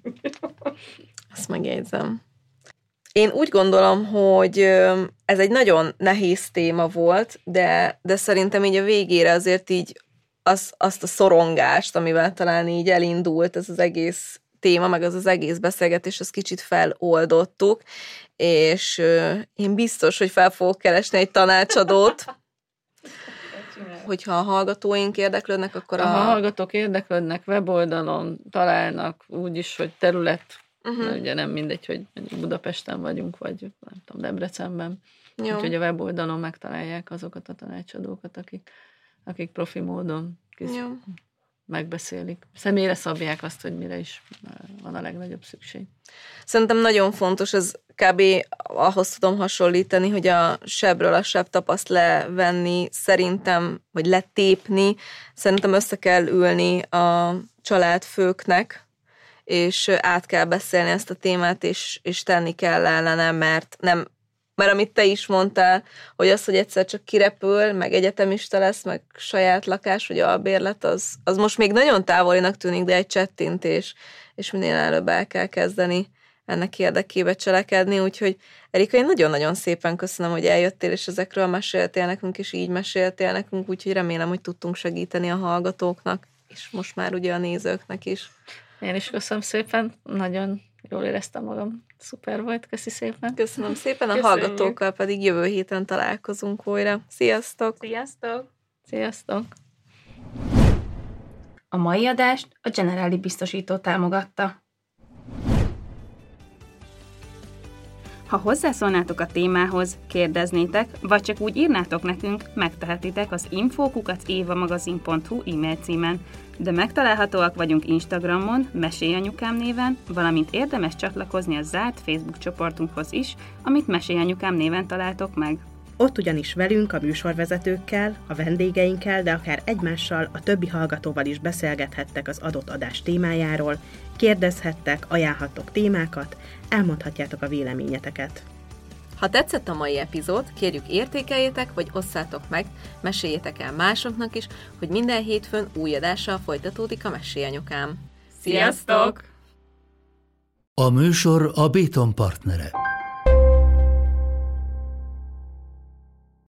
Én úgy gondolom, hogy ez egy nagyon nehéz téma volt, de szerintem így a végére azért így azt a szorongást, amivel talán így elindult ez az egész téma, meg az egész beszélgetés, azt kicsit feloldottuk, és én biztos, hogy fel fogok keresni egy tanácsadót, hogyha a hallgatóink érdeklődnek, akkor ha a hallgatók érdeklődnek, weboldalon találnak úgyis, hogy terület, mert ugye nem mindegy, hogy Budapesten vagyunk, vagy nem tudom, Debrecenben. Úgyhogy a weboldalon megtalálják azokat a tanácsadókat, akik profi módon megbeszélik. Személyre szabják azt, hogy mire is van a legnagyobb szükség. Szerintem nagyon fontos, ez kb. Ahhoz tudom hasonlítani, hogy a sebről a sebtapaszt levenni szerintem, vagy letépni, szerintem össze kell ülni a családfőknek, és át kell beszélni ezt a témát, és tenni kell ellene, mert amit te is mondtál, hogy az, hogy egyszer csak kirepül, meg egyetemista lesz, meg saját lakás, vagy albérlet, az most még nagyon távolinak tűnik, de egy csettintés, és minél előbb el kell kezdeni ennek érdekébe cselekedni, úgyhogy Erika, én nagyon-nagyon szépen köszönöm, hogy eljöttél, és ezekről meséltél nekünk, és így meséltél nekünk, úgyhogy remélem, hogy tudtunk segíteni a hallgatóknak, és most már ugye a nézőknek is. Én is köszönöm szépen, nagyon jól éreztem magam. Szuper volt, köszi szépen. Köszönöm szépen, a hallgatókkal pedig jövő héten találkozunk újra. Sziasztok! Sziasztok! Sziasztok! A mai adást a Generali biztosító támogatta. Ha hozzászólnátok a témához, kérdeznétek, vagy csak úgy írnátok nekünk, megtehetitek az info@évamagazin.hu e-mail címen, de megtalálhatóak vagyunk Instagramon, Mesélj Anyukám néven, valamint érdemes csatlakozni a zárt Facebook csoportunkhoz is, amit Mesélj Anyukám néven találtok meg. Ott ugyanis velünk, a műsorvezetőkkel, a vendégeinkkel, de akár egymással, a többi hallgatóval is beszélgethettek az adott adás témájáról, kérdezhettek, ajánlhattok témákat, elmondhatjátok a véleményeteket. Ha tetszett a mai epizód, kérjük értékeljétek, vagy osszátok meg, meséljétek el másoknak is, hogy minden hétfőn új adással folytatódik a Mesélyanyukám. Sziasztok! A műsor a Béton partnere.